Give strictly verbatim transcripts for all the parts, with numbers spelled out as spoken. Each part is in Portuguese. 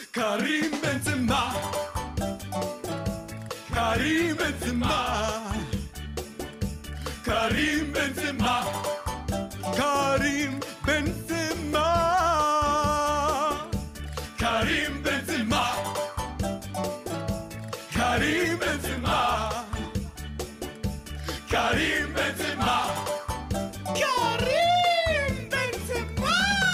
Karim Benzema, Karim Benzema, Karim Benzema, Karim Benzema, Karim Benzema, Karim Benzema, Karim Benzema, Karim Benzema.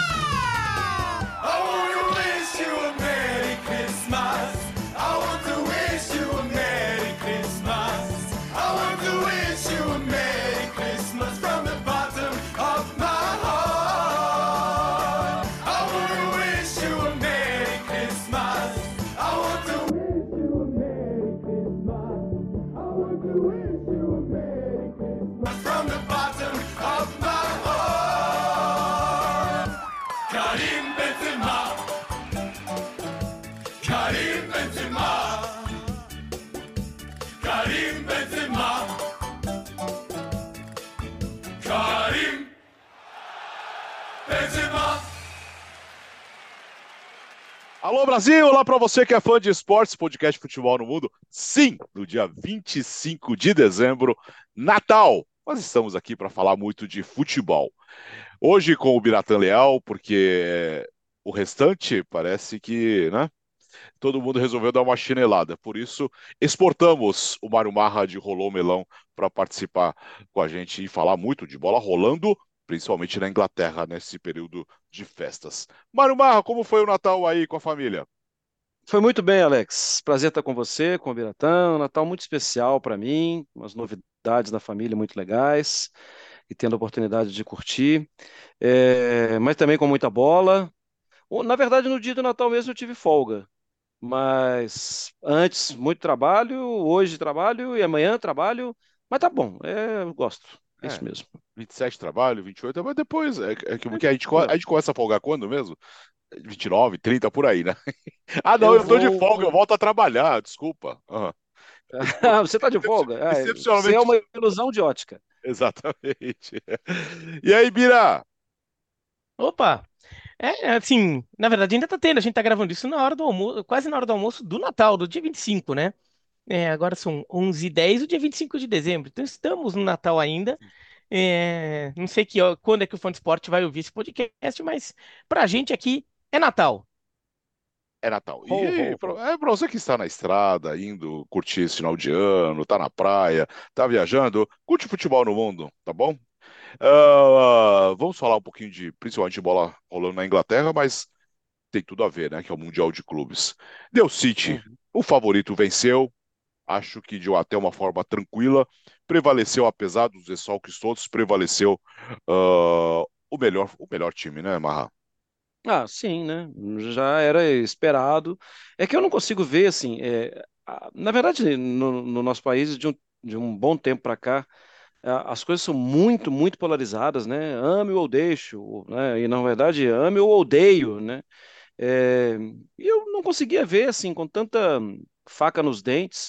I wanna wish you a Merry Christmas. I want to wish you a Merry Christmas. I want to wish you a Merry Christmas from the bottom of my heart. I wanna wish you a Merry Christmas. I want to wish you a Merry Christmas. I want to wish you a Merry Christmas from the bottom of my heart. Karim Benzema, Karim Benzema, Karim Benzema, Karim Benzema. Alô, Brasil! Olá para você que é fã de esportes, podcast Futebol no Mundo. Sim, no dia vinte e cinco de dezembro, Natal. Nós estamos aqui para falar muito de futebol. Hoje com o Biratan Leal, porque o restante parece que, né? Todo mundo resolveu dar uma chinelada. Por isso, exportamos o Mário Marra de Rolô Melão para participar com a gente e falar muito de bola rolando, principalmente na Inglaterra, nesse período de festas. Mário Marra, como foi o Natal aí com a família? Foi muito bem, Alex. Prazer estar com você, com o Biratã. Um Natal muito especial para mim, umas novidades da família muito legais e tendo a oportunidade de curtir. É, mas também com muita bola. O- Na verdade, no dia do Natal mesmo eu tive folga, mas antes muito trabalho, hoje trabalho e amanhã trabalho. Mas tá bom, é, eu gosto. É É, isso mesmo. vinte e sete trabalho, vinte e oito, mas depois, é, é que É, que a gente, co- é, a gente começa a folgar quando mesmo? vinte e nove, trinta, por aí, né? Ah, não, eu eu tô de vou. folga, eu volto a trabalhar, desculpa. Aham. Você tá de Excep- folga? Ah, você é Excepcionalmente. uma ilusão de ótica. Exatamente. E aí, Bira? Opa! É, assim, na verdade ainda tá tendo, a gente tá gravando isso na hora do almoço, quase na hora do almoço do Natal, do dia vinte e cinco, né? É, agora são onze e dez, o dia vinte e cinco de dezembro, então estamos no Natal ainda. É, não sei que, ó, quando é que o Fã de Esporte vai ouvir esse podcast, mas pra gente aqui é Natal. É Natal. Ho, E ho, pra- ho. é pra você que está na estrada, indo curtir esse final de ano, tá na praia, tá viajando, curte futebol no mundo, tá bom? Ah, vamos falar um pouquinho de, principalmente de bola rolando na Inglaterra, mas tem tudo a ver, né? Que é o Mundial de Clubes. Deu City, Uhum. o favorito venceu, acho que de até uma forma tranquila, prevaleceu, apesar dos desfalques todos, prevaleceu ah, o melhor, o melhor time, né, Marra? Ah, sim, né? Já era esperado. É que eu não consigo ver assim. é, a- na verdade, no, no nosso país, de um, de um bom tempo para cá, a- as coisas são muito, muito polarizadas, né? Ame ou deixo, né? E na verdade, ame ou odeio, né? É, e eu não conseguia ver assim com tanta faca nos dentes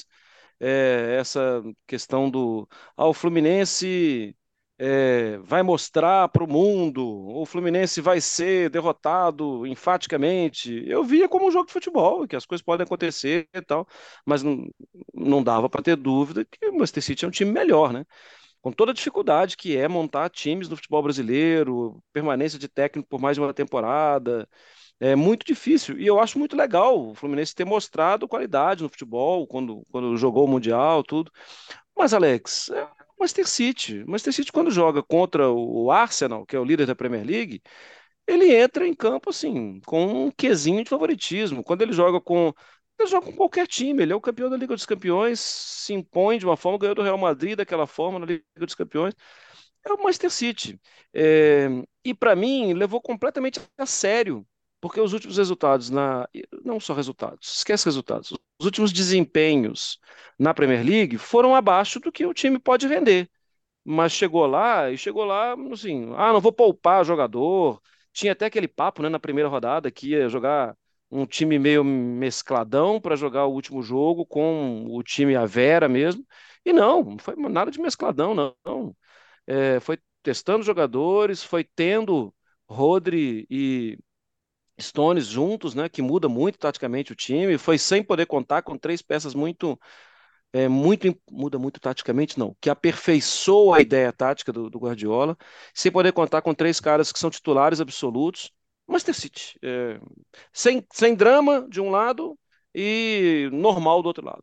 é, essa questão do ah, o Fluminense é, vai mostrar para o mundo, o Fluminense vai ser derrotado enfaticamente. Eu via como um jogo de futebol, que as coisas podem acontecer e tal, mas não, não dava para ter dúvida que o Manchester City é um time melhor, né? Com toda a dificuldade que é montar times no futebol brasileiro, permanência de técnico por mais de uma temporada, é muito difícil. E eu acho muito legal o Fluminense ter mostrado qualidade no futebol quando, quando jogou o Mundial, tudo. Mas, Alex, é o Manchester City. O Manchester City, quando joga contra o Arsenal, que é o líder da Premier League, ele entra em campo assim, com um quesinho de favoritismo. Quando ele joga com. Ele joga com qualquer time, ele é o campeão da Liga dos Campeões, se impõe de uma forma, ganhou do Real Madrid daquela forma na Liga dos Campeões. É o Manchester City. É, e para mim, levou completamente a sério, porque os últimos resultados na. Não só resultados, esquece resultados. Os últimos desempenhos na Premier League foram abaixo do que o time pode render. Mas chegou lá e chegou lá, assim, ah, não vou poupar jogador. Tinha até aquele papo, né, na primeira rodada que ia jogar um time meio mescladão para jogar o último jogo com o time à Vera mesmo. E não, não foi nada de mescladão, não. É, foi testando jogadores, foi tendo Rodri e, Stones juntos, né, que muda muito taticamente o time, foi sem poder contar com três peças muito, é, muito, im- muda muito taticamente, não, que aperfeiçoa a ideia tática do, do Guardiola, sem poder contar com três caras que são titulares absolutos. Manchester City, é, sem, sem drama de um lado e normal do outro lado.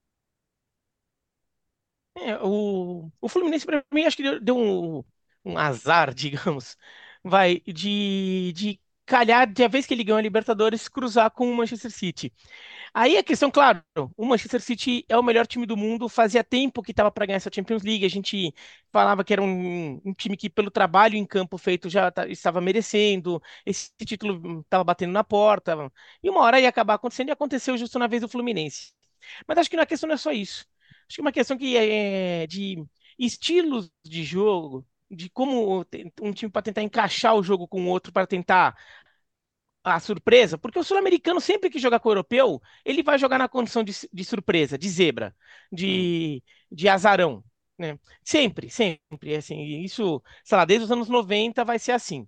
É, o, o Fluminense, pra mim, acho que deu, deu um, um azar, digamos, vai, de, de calhar, de a vez que ele ganhou a Libertadores, cruzar com o Manchester City. Aí a questão, claro, o Manchester City é o melhor time do mundo, fazia tempo que estava para ganhar essa Champions League, a gente falava que era um, um time que, pelo trabalho em campo feito, já ta- estava merecendo, esse título estava batendo na porta, e uma hora ia acabar acontecendo, e aconteceu justo na vez do Fluminense. Mas acho que a questão não é só isso. Acho que é uma questão que é de estilos de jogo, de como te- um time para tentar encaixar o jogo com o outro para tentar a surpresa, porque o sul-americano sempre que jogar com o europeu, ele vai jogar na condição de, de surpresa, de zebra, Uhum. de, de azarão, né? Sempre, sempre, é assim, isso, sei lá, desde os anos noventa vai ser assim.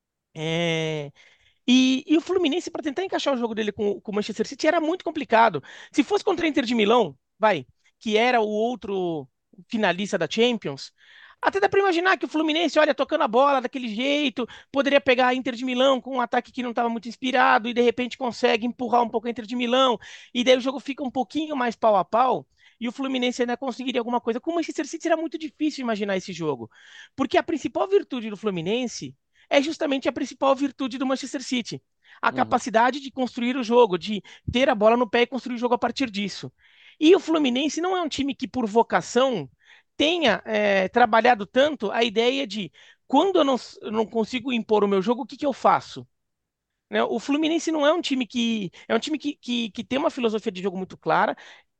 É, e, e o Fluminense, para tentar encaixar o jogo dele com, com o Manchester City, era muito complicado. Se fosse contra o Inter de Milão, vai, que era o outro finalista da Champions, até dá para imaginar que o Fluminense, olha, tocando a bola daquele jeito, poderia pegar a Inter de Milão com um ataque que não estava muito inspirado e de repente consegue empurrar um pouco a Inter de Milão, e daí o jogo fica um pouquinho mais pau a pau. E o Fluminense ainda conseguiria alguma coisa. Com o Manchester City era muito difícil imaginar esse jogo. Porque a principal virtude do Fluminense é justamente a principal virtude do Manchester City. A Uhum. capacidade de construir o jogo, de ter a bola no pé e construir o jogo a partir disso. E o Fluminense não é um time que, por vocação, tenha é, trabalhado tanto a ideia de quando eu não, eu não consigo impor o meu jogo, o que, que eu faço? Né? O Fluminense não é um time que é um time que, que, que tem uma filosofia de jogo muito clara,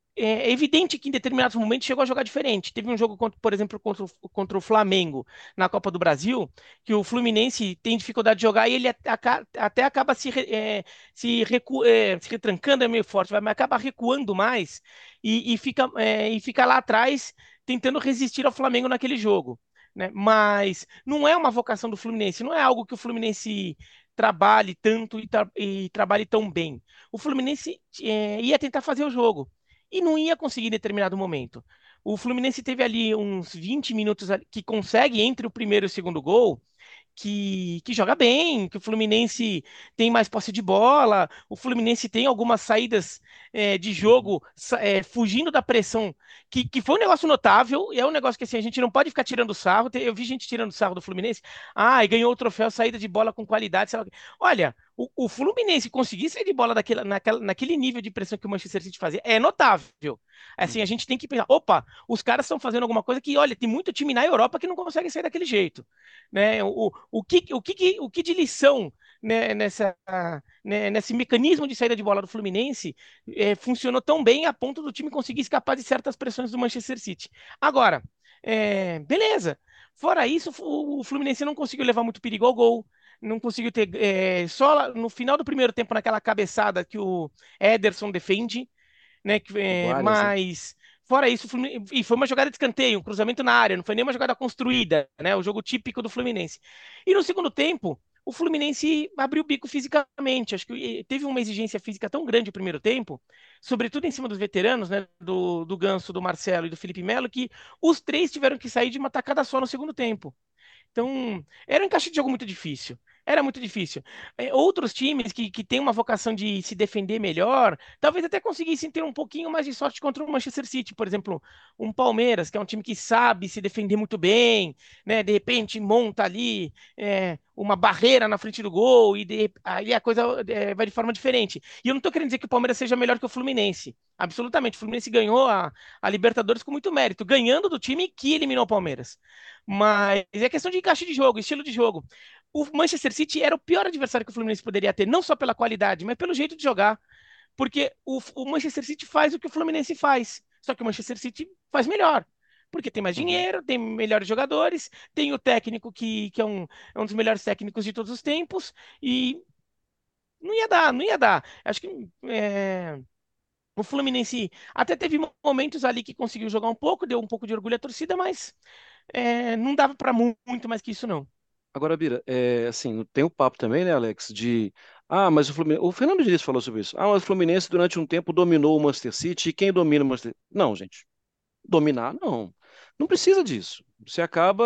é evidente que em determinados momentos chegou a jogar diferente. Teve um jogo, contra, por exemplo, contra o, contra o Flamengo na Copa do Brasil, que o Fluminense tem dificuldade de jogar e ele aca- até acaba se, re- é, se, recu, é, se retrancando, é meio forte, mas acaba recuando mais e, e fica, é, e fica lá atrás tentando resistir ao Flamengo naquele jogo. Né? Mas não é uma vocação do Fluminense, não é algo que o Fluminense trabalhe tanto e, tra- e trabalhe tão bem. O Fluminense é, ia tentar fazer o jogo e não ia conseguir em determinado momento. O Fluminense teve ali uns vinte minutos ali- que consegue entre o primeiro e o segundo gol, que, que joga bem, que o Fluminense tem mais posse de bola, o Fluminense tem algumas saídas é, de Uhum. jogo sa- é, fugindo da pressão, que, que foi um negócio notável, e é um negócio que assim, a gente não pode ficar tirando sarro. Te- Eu vi gente tirando sarro do Fluminense, ah, e ganhou o troféu saída de bola com qualidade, sei lá o quê. Olha, o, o Fluminense conseguir sair de bola daquela, naquela, naquele nível de pressão que o Manchester City fazia é notável. Assim, a Uhum. gente tem que pensar, opa, os caras estão fazendo alguma coisa que, olha, tem muito time na Europa que não consegue sair daquele jeito, né? O, o que, o que, o que de lição, né, nessa, né, nesse mecanismo de saída de bola do Fluminense é, funcionou tão bem a ponto do time conseguir escapar de certas pressões do Manchester City. Agora, é, beleza. Fora isso, o Fluminense não conseguiu levar muito perigo ao gol, não conseguiu ter. É, só lá no final do primeiro tempo, naquela cabeçada que o Ederson defende, né? que, é, Várias, né? mas fora isso, o Fluminense- e foi uma jogada de escanteio, um cruzamento na área, não foi nem uma jogada construída, né? O jogo típico do Fluminense. E no segundo tempo, o Fluminense abriu o bico fisicamente. Acho que teve uma exigência física tão grande no primeiro tempo, sobretudo em cima dos veteranos, né? Do, do Ganso, do Marcelo e do Felipe Melo, que os três tiveram que sair de uma tacada só no segundo tempo. Então, era um encaixe de jogo muito difícil. Era muito difícil. É, outros times que, que têm uma vocação de se defender melhor, talvez até conseguissem ter um pouquinho mais de sorte contra o Manchester City, por exemplo, um Palmeiras, que é um time que sabe se defender muito bem, né? De repente monta ali é, uma barreira na frente do gol e de- aí a coisa é, vai de forma diferente. E eu não estou querendo dizer que o Palmeiras seja melhor que o Fluminense. Absolutamente. O Fluminense ganhou a, a Libertadores com muito mérito, ganhando do time que eliminou o Palmeiras. Mas é questão de encaixe de jogo, estilo de jogo. O Manchester City era o pior adversário que o Fluminense poderia ter, não só pela qualidade, mas pelo jeito de jogar. Porque o, o Manchester City faz o que o Fluminense faz, só que o Manchester City faz melhor. Porque tem mais Uhum. dinheiro, tem melhores jogadores, tem o técnico que, que é, um, é um dos melhores técnicos de todos os tempos, e não ia dar, não ia dar. Acho que é, o Fluminense até teve momentos ali que conseguiu jogar um pouco, deu um pouco de orgulho à torcida, mas é, não dava para muito mais que isso, não. Agora, Bira, é, assim, tem o papo também, né, Alex, de Ah, mas o Fluminense. O Fernando Diniz falou sobre isso. Ah, mas o Fluminense durante um tempo dominou o Manchester City. E quem domina o Manchester Não, gente. Dominar, não. Não precisa disso. Você acaba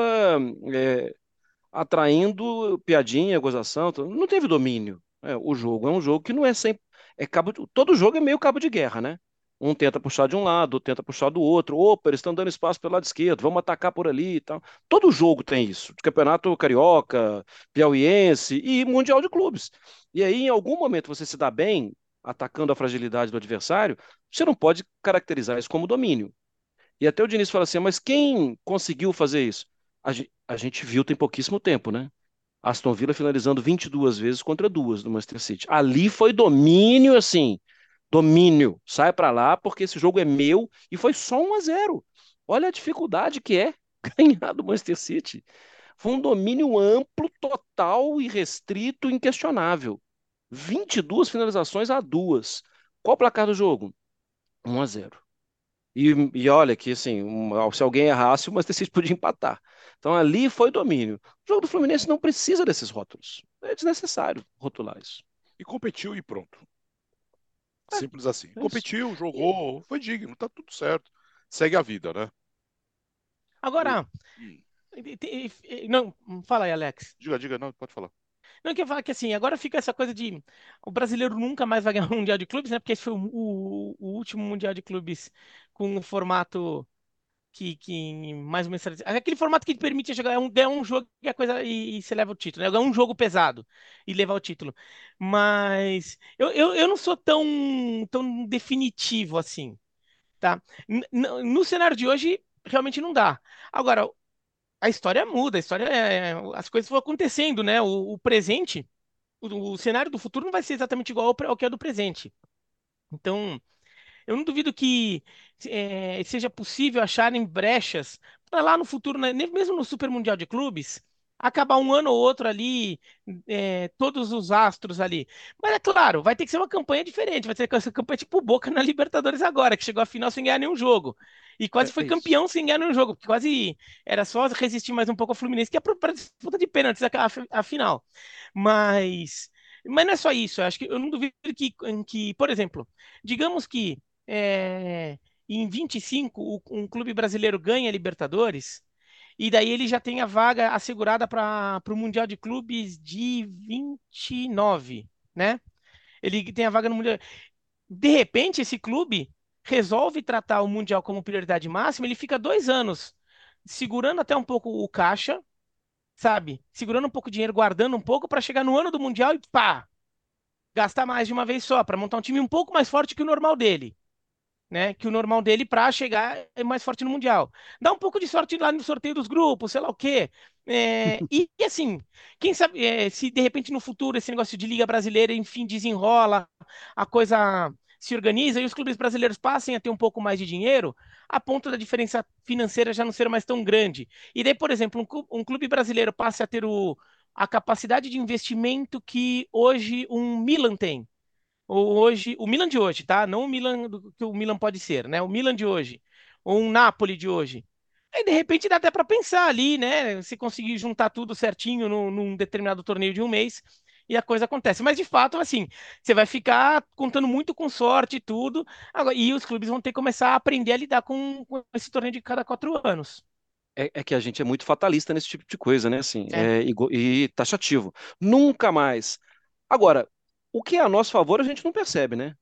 é, atraindo piadinha, gozação. tudo. Não teve domínio. É, o jogo é um jogo que não é sempre. É cabo de- Todo jogo é meio cabo de guerra, né? Um tenta puxar de um lado, outro tenta puxar do outro. Opa, eles estão dando espaço pelo lado esquerdo, vamos atacar por ali e tal. Todo jogo tem isso. De campeonato carioca, piauiense e mundial de clubes. E aí, em algum momento, você se dá bem atacando a fragilidade do adversário, você não pode caracterizar isso como domínio. E até o Diniz fala assim, mas quem conseguiu fazer isso? A, ge- a gente viu tem pouquíssimo tempo, né? Aston Villa finalizando vinte e duas vezes contra duas do Manchester City. Ali foi domínio, assim, domínio. Sai pra lá porque esse jogo é meu e foi só um a zero. Olha a dificuldade que é ganhar do Manchester City. Foi um domínio amplo, total e restrito, inquestionável. vinte e duas finalizações a duas. Qual o placar do jogo? Um a zero. E, e olha que, assim, um- se alguém errasse, o Manchester City podia empatar. Então ali foi domínio. O jogo do Fluminense não precisa desses rótulos. É desnecessário rotular isso. E competiu e pronto. Simples assim. É, é isso. Competiu, E- jogou, foi digno, tá tudo certo. Segue a vida, né? O... Agora, Hum, e- e- e- não, fala aí, Alex. diga, diga, não, pode falar. Não, eu queria falar que assim, agora fica essa coisa de o brasileiro nunca mais vai ganhar um Mundial de Clubes, né? Porque esse foi o, o- o último Mundial de Clubes com um formato que, que mais ou menos. Aquele formato que te permite jogar um, ganhar um jogo e a coisa e, e você leva o título, né? Ganhar um jogo pesado e levar o título. Mas eu, eu, eu não sou tão, tão definitivo assim, tá? N- n- No cenário de hoje, realmente não dá. Agora, a história muda, a história é, as coisas vão acontecendo, né? O, o presente, o, o cenário do futuro não vai ser exatamente igual ao, pre- ao que é do presente. Então, eu não duvido que eh, seja possível acharem brechas para lá no futuro, né, nem mesmo no Super Mundial de Clubes, acabar um ano ou outro ali, eh, todos os astros ali. Mas é claro, vai ter que ser uma campanha diferente, vai ser essa campanha tipo o Boca na Libertadores agora, que chegou à final sem ganhar nenhum jogo. E quase É, foi é isso. campeão sem ganhar nenhum jogo, porque quase era só resistir mais um pouco ao Fluminense, que é para disputa de pênaltis a, a, a final. Mas, mas não é só isso, eu acho que eu não duvido que, que por exemplo, digamos que é, em vinte e cinco o- um clube brasileiro ganha a Libertadores e daí ele já tem a vaga assegurada para o Mundial de Clubes de vinte e nove, né? Ele tem a vaga no Mundial. De repente, esse clube resolve tratar o Mundial como prioridade máxima, ele fica dois anos segurando até um pouco o caixa, sabe? Segurando um pouco de dinheiro, guardando um pouco para chegar no ano do Mundial e pá, gastar mais de uma vez só, para montar um time um pouco mais forte que o normal dele, né, que o normal dele para chegar é mais forte no Mundial. Dá um pouco de sorte lá no sorteio dos grupos, sei lá o quê. É, e, e assim, quem sabe é, se de repente no futuro esse negócio de Liga Brasileira, enfim, desenrola, a coisa se organiza e os clubes brasileiros passem a ter um pouco mais de dinheiro, a ponto da diferença financeira já não ser mais tão grande. E daí, por exemplo, um clube, um clube brasileiro passe a ter o, a capacidade de investimento que hoje um Milan tem. Ou hoje, o Milan de hoje, tá? Não o Milan do, que o Milan pode ser, né? O Milan de hoje, ou um Napoli de hoje. Aí, de repente, dá até para pensar ali, né? Se conseguir juntar tudo certinho num, num determinado torneio de um mês e a coisa acontece. Mas, de fato, assim, você vai ficar contando muito com sorte e tudo. Agora, e os clubes vão ter que começar a aprender a lidar com, com esse torneio de cada quatro anos. É, é que a gente é muito fatalista nesse tipo de coisa, né? Assim, É. é, igu- e taxativo. Nunca mais. Agora, o que é a nosso favor a gente não percebe, né?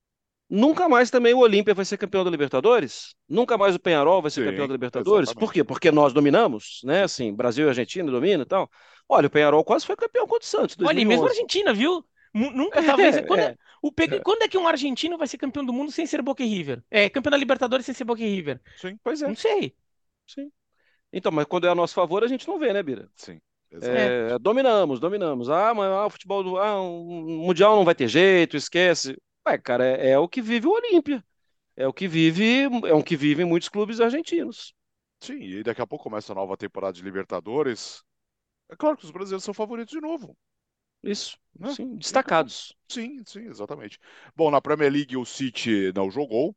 Nunca mais também o Olímpia vai ser campeão da Libertadores? Nunca mais o Penharol vai ser campeão Sim, da Libertadores? Por quê? exatamente. Porque nós dominamos, né? Sim. Assim, Brasil e Argentina dominam e tal. Olha, o Penharol quase foi campeão contra o Santos em Olha, e mesmo a dois mil e onze. Argentina, viu? Nu- Nunca, talvez. É, Quando é, é, o, Pe- quando é que um argentino vai ser campeão do mundo sem ser Boca e River? É, campeão da Libertadores sem ser Boca e River? Sim, pois é, Não sei. sim. Então, mas quando é a nosso favor, a gente não vê, né, Bira? sim, É. exatamente. É, dominamos, dominamos. Ah, mas ah, o futebol do ah, um mundial não vai ter jeito, esquece. Ué, cara, é, é o que vive o Olímpia. É o que vive, é o que vivem muitos clubes argentinos. Sim, e daqui a pouco começa a nova temporada de Libertadores. É claro que os brasileiros são favoritos de novo, Isso, né? sim, Daqui a pouco. destacados. Sim, sim, exatamente. Bom, na Premier League o City não jogou,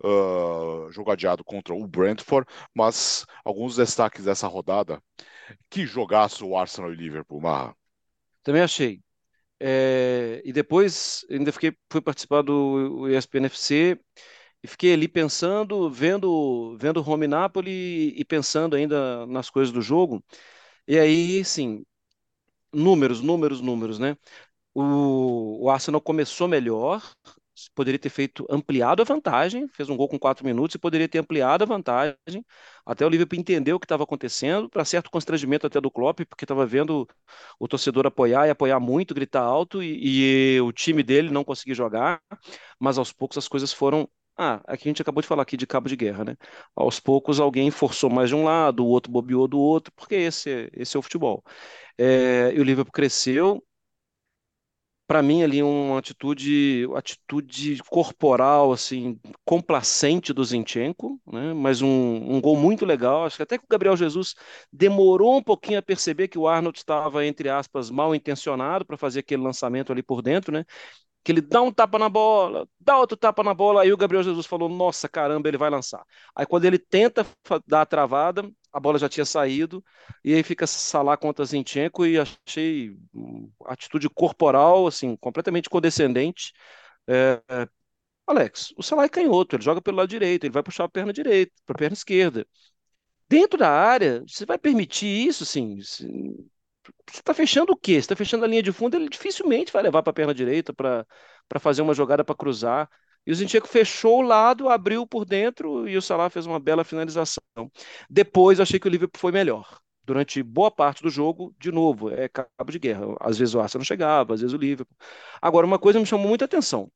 ah, jogo adiado contra o Brentford, mas alguns destaques dessa rodada. Que jogaço o Arsenal e Liverpool, Marra. Também achei. É, e depois ainda fiquei, fui participar do E S P N F C e fiquei ali pensando, vendo, vendo Roma e Napoli e pensando ainda nas coisas do jogo. E aí, sim, números, números, números, né? O, o Arsenal começou melhor, poderia ter feito ampliado a vantagem, fez um gol com quatro minutos e poderia ter ampliado a vantagem. Até o Liverpool entendeu o que estava acontecendo, para certo constrangimento até do Klopp, porque estava vendo o torcedor apoiar e apoiar muito, gritar alto, e, e o time dele não conseguir jogar, mas aos poucos as coisas foram. Ah, aqui a gente acabou de falar aqui de cabo de guerra, né? Aos poucos alguém forçou mais de um lado, o outro bobeou do outro, porque esse, é- esse é o futebol. É, e o Liverpool cresceu, para mim ali uma atitude, atitude corporal assim complacente do Zinchenko, né? Mas um, um gol muito legal. Acho que até que o Gabriel Jesus demorou um pouquinho a perceber que o Arnold estava entre aspas mal intencionado para fazer aquele lançamento ali por dentro, né? Que ele dá um tapa na bola, dá outro tapa na bola, aí o Gabriel Jesus falou: Nossa, caramba, ele vai lançar. Aí quando ele tenta fa- dar a travada, a bola já tinha saído, e aí fica Salah contra Zinchenko, e achei hum, atitude corporal, assim, completamente condescendente. É, Alex, o Salah é canhoto, ele joga pelo lado direito, ele vai puxar a perna direita, para a perna esquerda. Dentro da área, você vai permitir isso, assim? Você está fechando o quê? Você está fechando a linha de fundo, ele dificilmente vai levar para a perna direita para para fazer uma jogada para cruzar. E o Zinchenko fechou o lado, abriu por dentro e o Salah fez uma bela finalização. Depois, achei que o Liverpool foi melhor. Durante boa parte do jogo, de novo, é cabo de guerra. Às vezes o Arsenal chegava, às vezes o Liverpool. Agora, uma coisa me chamou muita atenção.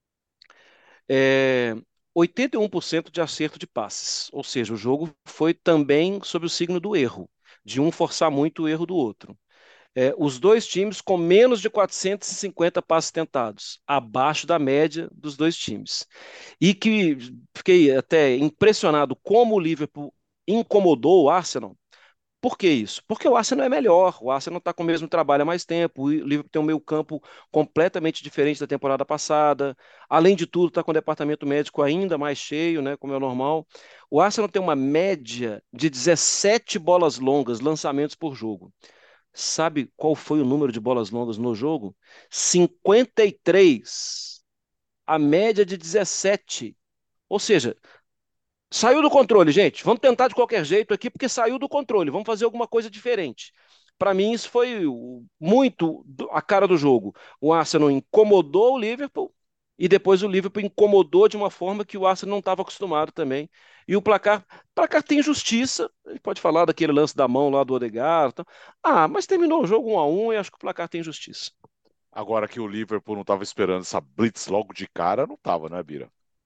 É oitenta e um por cento de acerto de passes. Ou seja, o jogo foi também sob o signo do erro, de um forçar muito o erro do outro. É, os dois times com menos de quatrocentos e cinquenta passes tentados, abaixo da média dos dois times. E que fiquei até impressionado como o Liverpool incomodou o Arsenal. Por que isso? Porque o Arsenal é melhor, o Arsenal está com o mesmo trabalho há mais tempo, o Liverpool tem um meio campo completamente diferente da temporada passada, além de tudo está com o departamento médico ainda mais cheio, né, como é o normal. O Arsenal tem uma média de dezessete bolas longas, lançamentos por jogo. Sabe qual foi o número de bolas longas no jogo? cinquenta e três. A média de dezessete. Ou seja, saiu do controle, gente. Vamos tentar de qualquer jeito aqui, porque saiu do controle. Vamos fazer alguma coisa diferente. Para mim, isso foi o- muito do- a cara do jogo. O Arsenal incomodou o Liverpool e depois o Liverpool incomodou de uma forma que o Arsenal não estava acostumado também. E o placar, placar tem justiça. A gente pode falar daquele lance da mão lá do Odegaard. Tal. Ah, mas terminou o jogo um a um e acho que o placar tem justiça. Agora que o Liverpool não estava esperando essa blitz logo de cara, não estava, né, Bira?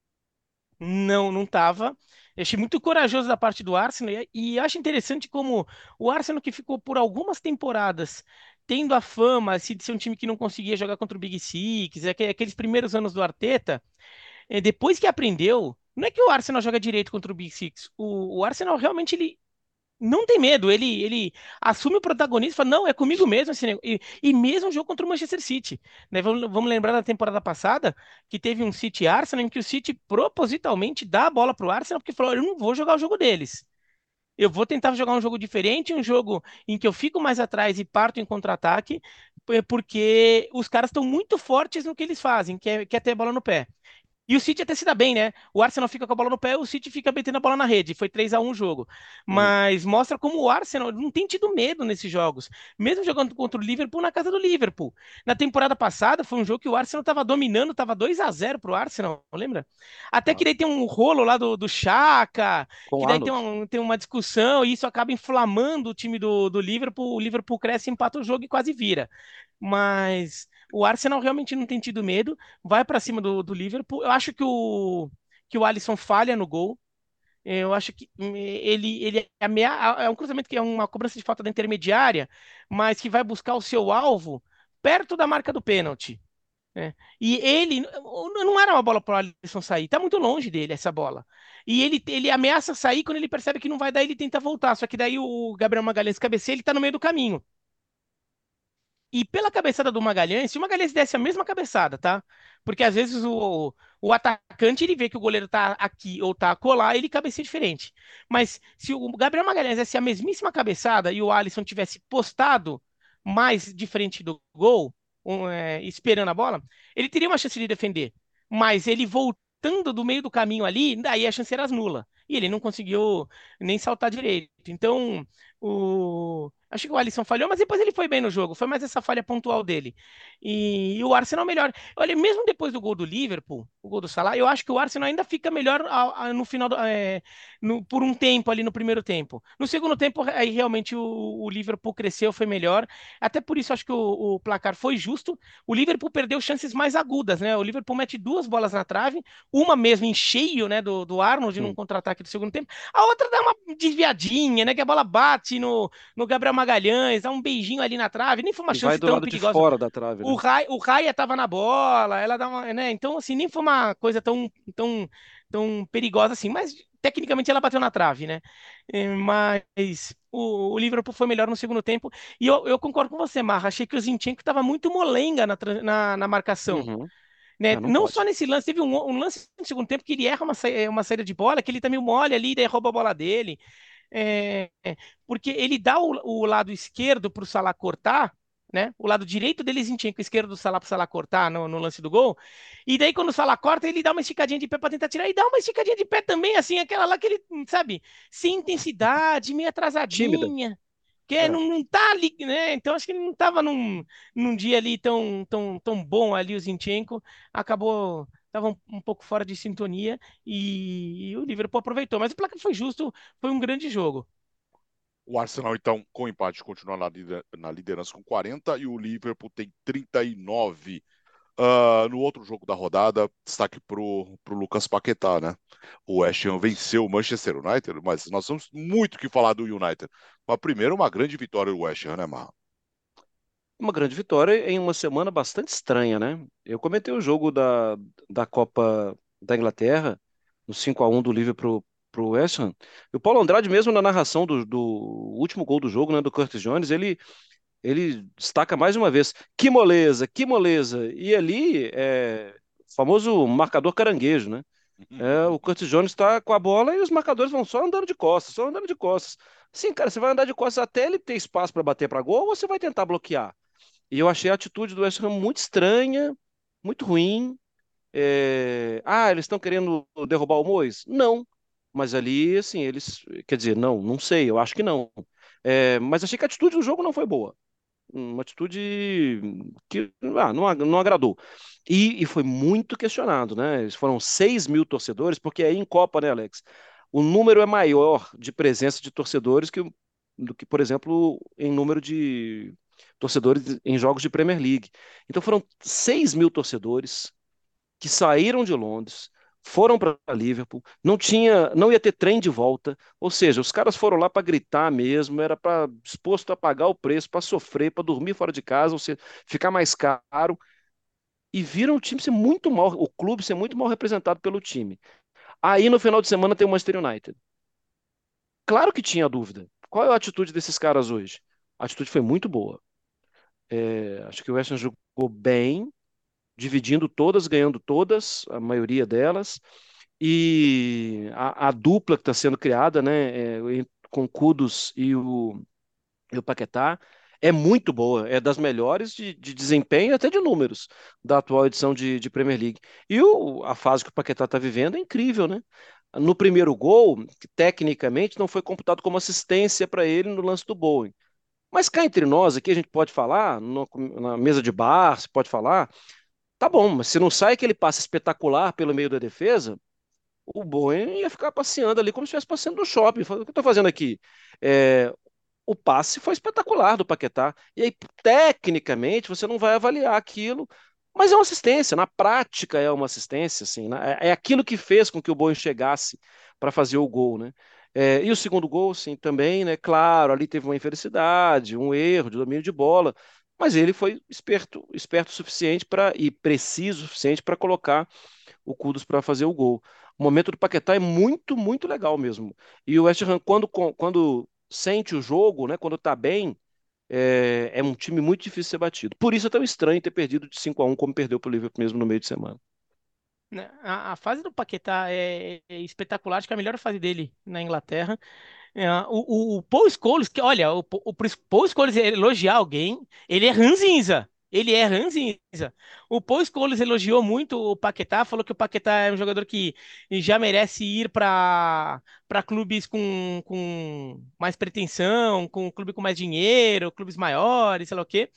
Não, não estava. Eu achei muito corajoso da parte do Arsenal e, e acho interessante como o Arsenal que ficou por algumas temporadas tendo a fama assim, de ser um time que não conseguia jogar contra o Big Six, aque- aqueles primeiros anos do Arteta, eh, depois que aprendeu, não é que o Arsenal joga direito contra o Big Six, o, o Arsenal realmente ele não tem medo, ele, ele assume o protagonismo e fala, não, é comigo mesmo esse negócio. E, e mesmo o jogo contra o Manchester City, né? Vamos, vamos lembrar da temporada passada, que teve um City Arsenal, em que o City propositalmente dá a bola pro Arsenal, porque falou, eu não vou jogar o jogo deles. Eu vou tentar jogar um jogo diferente, um jogo em que eu fico mais atrás e parto em contra-ataque, eh, porque os caras estão muito fortes no que eles fazem, que é, que é ter a bola no pé. E o City até se dá bem, né? O Arsenal fica com a bola no pé, o City fica metendo a bola na rede. Foi três a um o jogo. Hum. Mas mostra como o Arsenal não tem tido medo nesses jogos. Mesmo jogando contra o Liverpool na casa do Liverpool. Na temporada passada foi um jogo que o Arsenal estava dominando, estava dois a zero pro Arsenal, lembra? Até que Ah, daí tem um rolo lá do, do Chaka, Com que o daí tem, Arnold. um, tem uma discussão e isso acaba inflamando o time do, do Liverpool. O Liverpool cresce, empata o jogo e quase vira. Mas o Arsenal realmente não tem tido medo, vai para cima do, do Liverpool. Eu acho que o, que o Alisson falha no gol. Eu acho que hum, ele, ele amea- é um cruzamento que é uma cobrança de falta da intermediária, mas que vai buscar o seu alvo perto da marca do pênalti, né? E ele não não era uma bola para o Alisson sair, tá muito longe dele essa bola. E ele, ele ameaça sair quando ele percebe que não vai dar, ele tenta voltar. Só que daí o Gabriel Magalhães cabeceia, ele tá no meio do caminho. E pela cabeçada do Magalhães, se o Magalhães desse a mesma cabeçada, tá? Porque às vezes o, o atacante ele vê que o goleiro tá aqui ou tá acolá, ele cabeceia diferente. Mas se o Gabriel Magalhães desse a mesmíssima cabeçada e o Alisson tivesse postado mais de frente do gol, um, é, esperando a bola, ele teria uma chance de defender. Mas ele voltando do meio do caminho ali, daí a chance era nula. E ele não conseguiu nem saltar direito. Então, o... acho que o Alisson falhou, mas depois ele foi bem no jogo. Foi mais essa falha pontual dele. E, e o Arsenal melhor. Olha, mesmo depois do gol do Liverpool, o gol do Salah, eu acho que o Arsenal ainda fica melhor a- a- no final, do- é, no- por um tempo ali no primeiro tempo. No segundo tempo, aí realmente o, o Liverpool cresceu, foi melhor. Até por isso acho que o, o placar foi justo. O Liverpool perdeu chances mais agudas, né? O Liverpool mete duas bolas na trave, uma mesmo em cheio, né, do, do Arnold num Sim. contra-ataque do segundo tempo. A outra dá uma desviadinha, né, que a bola bate no, no Gabriel Magalhães, dá um beijinho ali na trave, nem foi uma E vai chance do tão lado de perigosa. fora da trave, O né? Rai, o Raya tava na bola, ela dá uma, né? Então, assim, nem foi uma coisa tão, tão, tão perigosa assim, mas tecnicamente ela bateu na trave, né? Eh, Mas o, o Liverpool foi melhor no segundo tempo. E eu, eu concordo com você, Marra. Achei que o Zinchenko estava muito molenga na, tran- na, na marcação, Uhum. né? É, não Não só pode. nesse lance, teve um, um lance no segundo tempo que ele erra uma, sa- eh, uma saída de bola, que ele também molha ali, daí rouba a bola dele. É, porque ele dá o, o lado esquerdo para o Salah cortar, né? O lado direito dele Zinchenko, o esquerdo do Salah para o Salah cortar no, no lance do gol. E daí, quando o Salah corta, ele dá uma esticadinha de pé para tentar tirar. E dá uma esticadinha de pé também, assim, aquela lá que ele, sabe, sem intensidade, meio Tímida. atrasadinha. Que é, É. não, não tá ali, né? Então acho que ele não tava num, num dia ali tão, tão, tão bom ali, o Zinchenko. Acabou, tava um, um pouco fora de sintonia e, e o Liverpool aproveitou. Mas o placar foi justo, foi um grande jogo. O Arsenal, então, com empate, continua na, lider- na liderança com quarenta e o Liverpool tem trinta e nove. Ah, no outro jogo da rodada, destaque pro, pro Lucas Paquetá, né? O West Ham Isso. venceu o Manchester United, mas nós temos muito o que falar do United. Mas primeiro, uma grande vitória do West Ham, né, Marra? Uma grande vitória em uma semana bastante estranha, né? Eu comentei o jogo da, da Copa da Inglaterra, no cinco a um do Liverpool pro, pro West Ham. E o Paulo Andrade, mesmo na narração do, do último gol do jogo, né, do Curtis Jones, ele, ele destaca mais uma vez: que moleza, que moleza. E ali é o famoso marcador caranguejo, né? É, o Curtis Jones está com a bola e os marcadores vão só andando de costas, só andando de costas. Sim, cara, você vai andar de costas até ele ter espaço para bater para gol ou você vai tentar bloquear? E eu achei a atitude do West Ham muito estranha, muito ruim. É, Ah, eles estão querendo derrubar o Mois? Não. Mas ali, assim, eles. Quer dizer, não, não sei, eu acho que não. É, Mas achei que a atitude do jogo não foi boa. Uma atitude que ah, não, ag- não agradou. E, e foi muito questionado, né? Eles foram seis mil torcedores, porque aí em Copa, né, Alex? O número é maior de presença de torcedores que, o- do que, por exemplo, em número de torcedores em jogos de Premier League. Então foram seis mil torcedores que saíram de Londres, foram para Liverpool, não tinha, não ia ter trem de volta, ou seja, os caras foram lá para gritar mesmo, era para disposto a pagar o preço, para sofrer, para dormir fora de casa, ou seja, ficar mais caro, e viram o time ser muito mal, o clube ser muito mal representado pelo time. Aí no final de semana tem o Manchester United. Claro que tinha dúvida. Qual é a atitude desses caras hoje? A atitude foi muito boa. É, acho que o West Ham jogou bem, dividindo todas, ganhando todas, a maioria delas. E a, a dupla que está sendo criada, né, é, com o Kudus e o, e o Paquetá, é muito boa, é das melhores de, de desempenho e até de números da atual edição de, de Premier League. E o, a fase que o Paquetá está vivendo é incrível, né? No primeiro gol, que tecnicamente não foi computado como assistência para ele no lance do Bowen. Mas cá entre nós, aqui a gente pode falar, no- na mesa de bar, se pode falar, tá bom, mas se não sai aquele passe espetacular pelo meio da defesa, o Bowen ia ficar passeando ali como se estivesse passeando no shopping. Falando, o que eu estou fazendo aqui? É, o passe foi espetacular do Paquetá. E aí, tecnicamente, você não vai avaliar aquilo, mas é uma assistência. Na prática, é uma assistência, assim, né? É é aquilo que fez com que o Bowen chegasse para fazer o gol, né? É, e o segundo gol, sim, também, né? Claro, ali teve uma infelicidade, um erro de domínio de bola, mas ele foi esperto, esperto o suficiente para e preciso o suficiente para colocar o Kudus para fazer o gol. O momento do Paquetá é muito, muito legal mesmo. E o West Ham, quando, quando sente o jogo, né, quando tá bem, é, é um time muito difícil de ser batido. Por isso é tão estranho ter perdido de cinco a um como perdeu para o Liverpool mesmo no meio de semana. Né? A, a fase do Paquetá é, é espetacular, acho que é a melhor fase dele na Inglaterra. É, o, o, o Paul Scholes, que olha, o, o, o Paul Scholes elogiar alguém, ele é ranzinza. ele é ranzinza. O Paul Scholes elogiou muito o Paquetá, falou que o Paquetá é um jogador que já merece ir para para clubes com, com mais pretensão, com um clube com mais dinheiro, clubes maiores, sei lá o quê.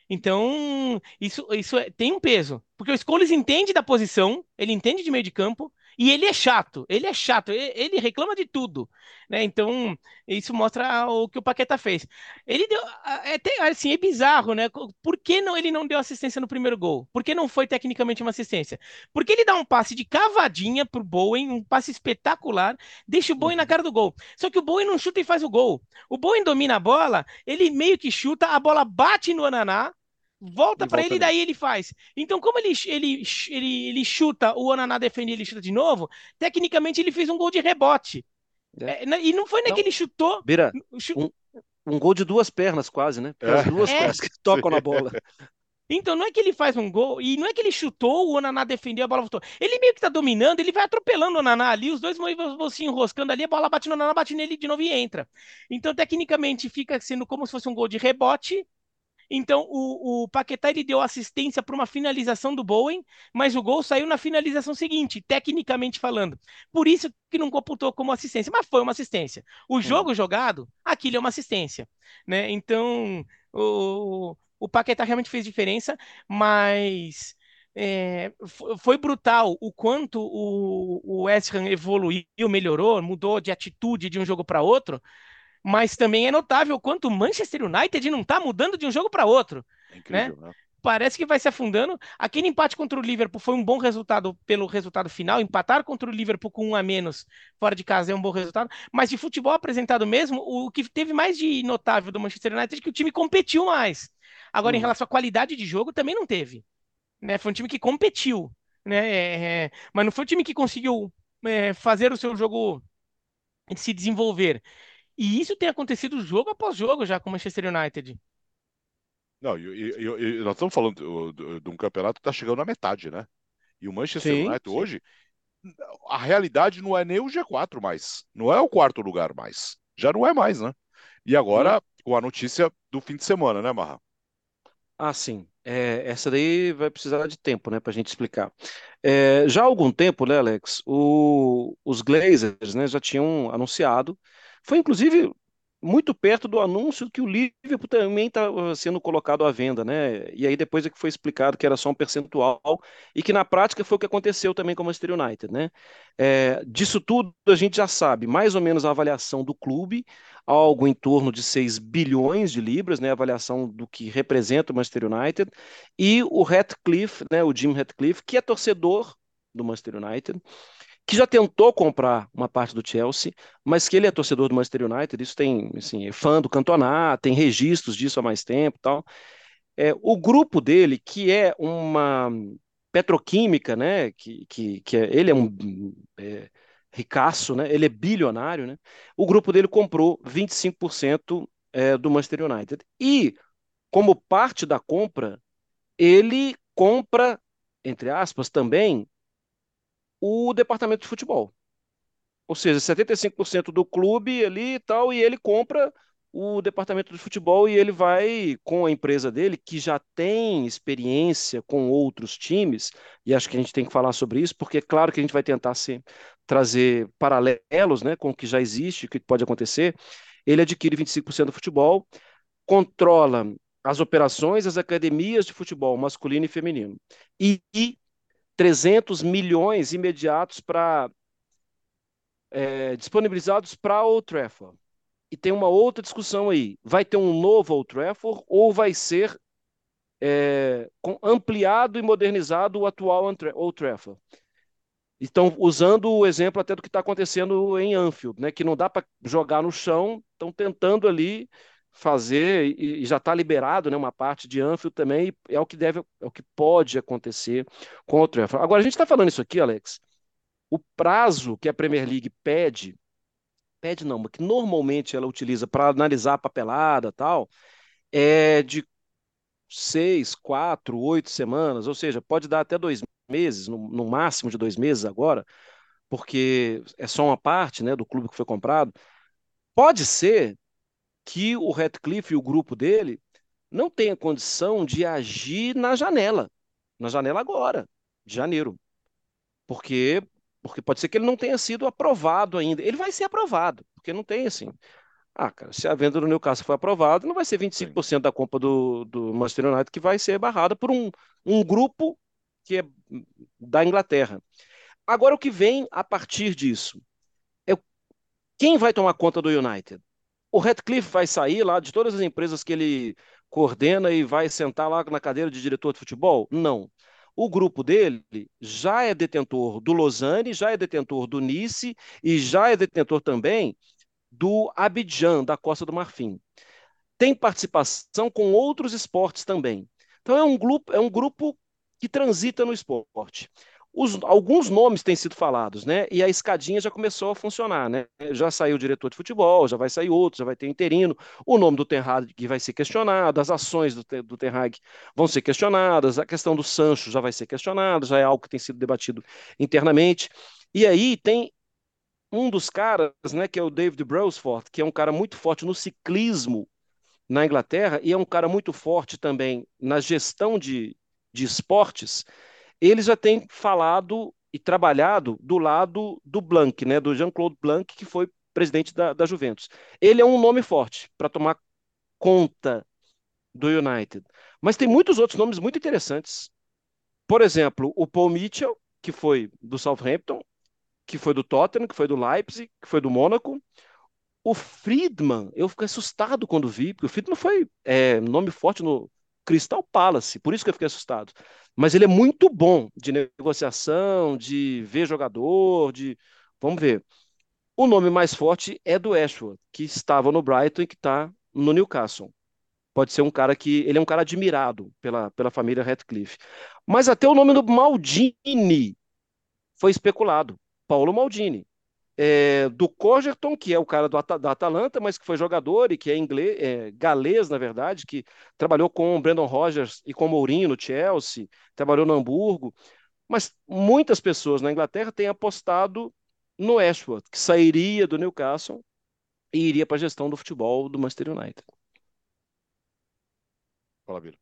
Então, isso, isso é- tem um peso. Porque o Scholes entende da posição, ele entende de meio de campo, e ele é chato. Ele é chato, ele, ele reclama de tudo, né? Então, isso mostra o que o Paquetá fez. Ele deu, é até, assim, é bizarro, né? Por que não, ele não deu assistência no primeiro gol? Por que não foi tecnicamente uma assistência? Porque ele dá um passe de cavadinha pro Bowen, um passe espetacular, deixa o Bowen na Uhum. cara do gol. Só que o Bowen não chuta e faz o gol. O Bowen domina a bola, ele meio que chuta, a bola bate no Ananá, volta E para ele volta e nele. daí ele faz. Então, como ele, ele, ele, ele chuta, o Onaná defende e ele chuta de novo, tecnicamente ele fez um gol de rebote. Né? É, e não foi naquele Não, chutou. Bira, chu- um, um gol de duas pernas quase, né? Porque É, as duas É, pernas que sim. tocam na bola. então não é que ele faz um gol, e não é que ele chutou, o Onaná defendeu, a bola voltou. Ele meio que tá dominando, ele vai atropelando o Onaná ali, os dois vão, vão se enroscando ali, a bola bate no Onaná, bate nele de novo e entra. Então, tecnicamente, fica sendo como se fosse um gol de rebote. Então, o, o Paquetá ele deu assistência para uma finalização do Bowen, mas o gol saiu na finalização seguinte, tecnicamente falando. Por isso que não computou como assistência, mas foi uma assistência. O Uhum. jogo jogado, aquilo é uma assistência, né? Então, o, o Paquetá realmente fez diferença, mas é, foi brutal o quanto o, o West Ham evoluiu, melhorou, mudou de atitude de um jogo para outro, mas também é notável o quanto o Manchester United não está mudando de um jogo para outro, É né? incrível, né? Parece que vai se afundando. Aquele empate contra o Liverpool foi um bom resultado pelo resultado final. Empatar contra o Liverpool com um a menos fora de casa é um bom resultado. Mas de futebol apresentado mesmo, o que teve mais de notável do Manchester United é que o time competiu mais. Agora, em Uhum. relação à qualidade de jogo, também não teve, né? Foi um time que competiu, né? É, é, mas não foi um time que conseguiu é, fazer o seu jogo se desenvolver. E isso tem acontecido jogo após jogo já com o Manchester United. Não, e, e- e- e nós estamos falando do- do- de um campeonato que está chegando na metade, né? E o Manchester Sim, United sim. hoje, a realidade não é nem o G quatro mais, não é o quarto lugar mais, já não é mais, né? E Hum. agora, com a notícia do fim de semana, né, Marra? Ah, sim. É, essa daí vai precisar de tempo, né, para a gente explicar. É, já há algum tempo, né, Alex, o- os Glazers, né, já tinham anunciado. Foi inclusive muito perto do anúncio que o Liverpool também estava sendo colocado à venda, né? E aí depois é que foi explicado que era só um percentual e que na prática foi o que aconteceu também com o Manchester United, né? É, disso tudo a gente já sabe mais ou menos a avaliação do clube, algo em torno de seis bilhões de libras, né? A avaliação do que representa o Manchester United e o Ratcliffe, né? O Jim Ratcliffe, que é torcedor do Manchester United, que já tentou comprar uma parte do Chelsea, mas que ele é torcedor do Manchester United, isso tem, assim, é fã do Cantona, tem registros disso há mais tempo e tal. É, o grupo dele, que é uma petroquímica, né, que, que, que é- ele é um é, ricaço, né, ele é bilionário, né, o grupo dele comprou vinte e cinco por cento é, do Manchester United. E, como parte da compra, ele compra, entre aspas, também o departamento de futebol. Ou seja, setenta e cinco por cento do clube ali e tal, e ele compra o departamento de futebol e ele vai com a empresa dele, que já tem experiência com outros times, e acho que a gente tem que falar sobre isso, porque é claro que a gente vai tentar se, trazer paralelos, né, com o que já existe, o que pode acontecer. Ele adquire vinte e cinco por cento do futebol, controla as operações, as academias de futebol masculino e feminino, e, e trezentos milhões imediatos para é, disponibilizados para Old Trafford. E tem uma outra discussão aí: vai ter um novo Old Trafford ou vai ser é, com, ampliado e modernizado o atual Old Trafford? Estão usando o exemplo até do que está acontecendo em Anfield, né? Que não dá para jogar no chão, estão tentando ali fazer e, e já está liberado, né? Uma parte de Anfield também é o que deve, é o que pode acontecer com o Trafford. Agora a gente está falando isso aqui, Alex. O prazo que a Premier League pede pede não, mas que normalmente ela utiliza para analisar a papelada e tal, é de seis, quatro, oito semanas, ou seja, pode dar até dois meses, no, no máximo de dois meses agora, porque é só uma parte, né, do clube que foi comprado. Pode ser que o Ratcliffe e o grupo dele não tenha condição de agir na janela, na janela agora, de janeiro, porque porque pode ser que ele não tenha sido aprovado ainda. Ele vai ser aprovado, porque não tem assim. Ah, cara, se a venda do Newcastle for aprovada, não vai ser vinte e cinco Sim. por cento da compra do, do Manchester United que vai ser barrada por um, um grupo que é da Inglaterra. Agora, o que vem a partir disso é quem vai tomar conta do United. O Ratcliffe vai sair lá de todas as empresas que ele coordena e vai sentar lá na cadeira de diretor de futebol? Não. O grupo dele já é detentor do Lausanne, já é detentor do Nice e já é detentor também do Abidjan, da Costa do Marfim. Tem participação com outros esportes também. Então é um grupo, é um grupo que transita no esporte. Os, alguns nomes têm sido falados, né? E a escadinha já começou a funcionar, né? Já saiu o diretor de futebol, já vai sair outro, já vai ter interino. O nome do Ten Hag vai ser questionado, as ações do, do Ten Hag vão ser questionadas, a questão do Sancho já vai ser questionada, já é algo que tem sido debatido internamente. E aí tem um dos caras, né, que é o David Brailsford, que é um cara muito forte no ciclismo na Inglaterra e é um cara muito forte também na gestão de, de esportes. Ele já tem falado e trabalhado do lado do Blanc, né, do Jean-Claude Blanc, que foi presidente da, da Juventus. Ele é um nome forte para tomar conta do United. Mas tem muitos outros nomes muito interessantes. Por exemplo, o Paul Mitchell, que foi do Southampton, que foi do Tottenham, que foi do Leipzig, que foi do Mônaco. O Friedman, eu fiquei assustado quando vi, porque o Friedman foi é, nome forte no Crystal Palace, por isso que eu fiquei assustado. Mas ele é muito bom de negociação, de ver jogador, de. Vamos ver. O nome mais forte é do Ashworth, que estava no Brighton e que está no Newcastle. Pode ser um cara que. Ele é um cara admirado pela, pela família Ratcliffe. Mas até o nome do Maldini foi especulado. Paulo Maldini. É, do Corgerton, que é o cara do At da Atalanta, mas que foi jogador e que é inglês, é, galês, na verdade, que trabalhou com o Brendan Rodgers e com o Mourinho no Chelsea, trabalhou no Hamburgo. Mas muitas pessoas na Inglaterra têm apostado no Ashworth, que sairia do Newcastle e iria para a gestão do futebol do Manchester United. Fala, Bira.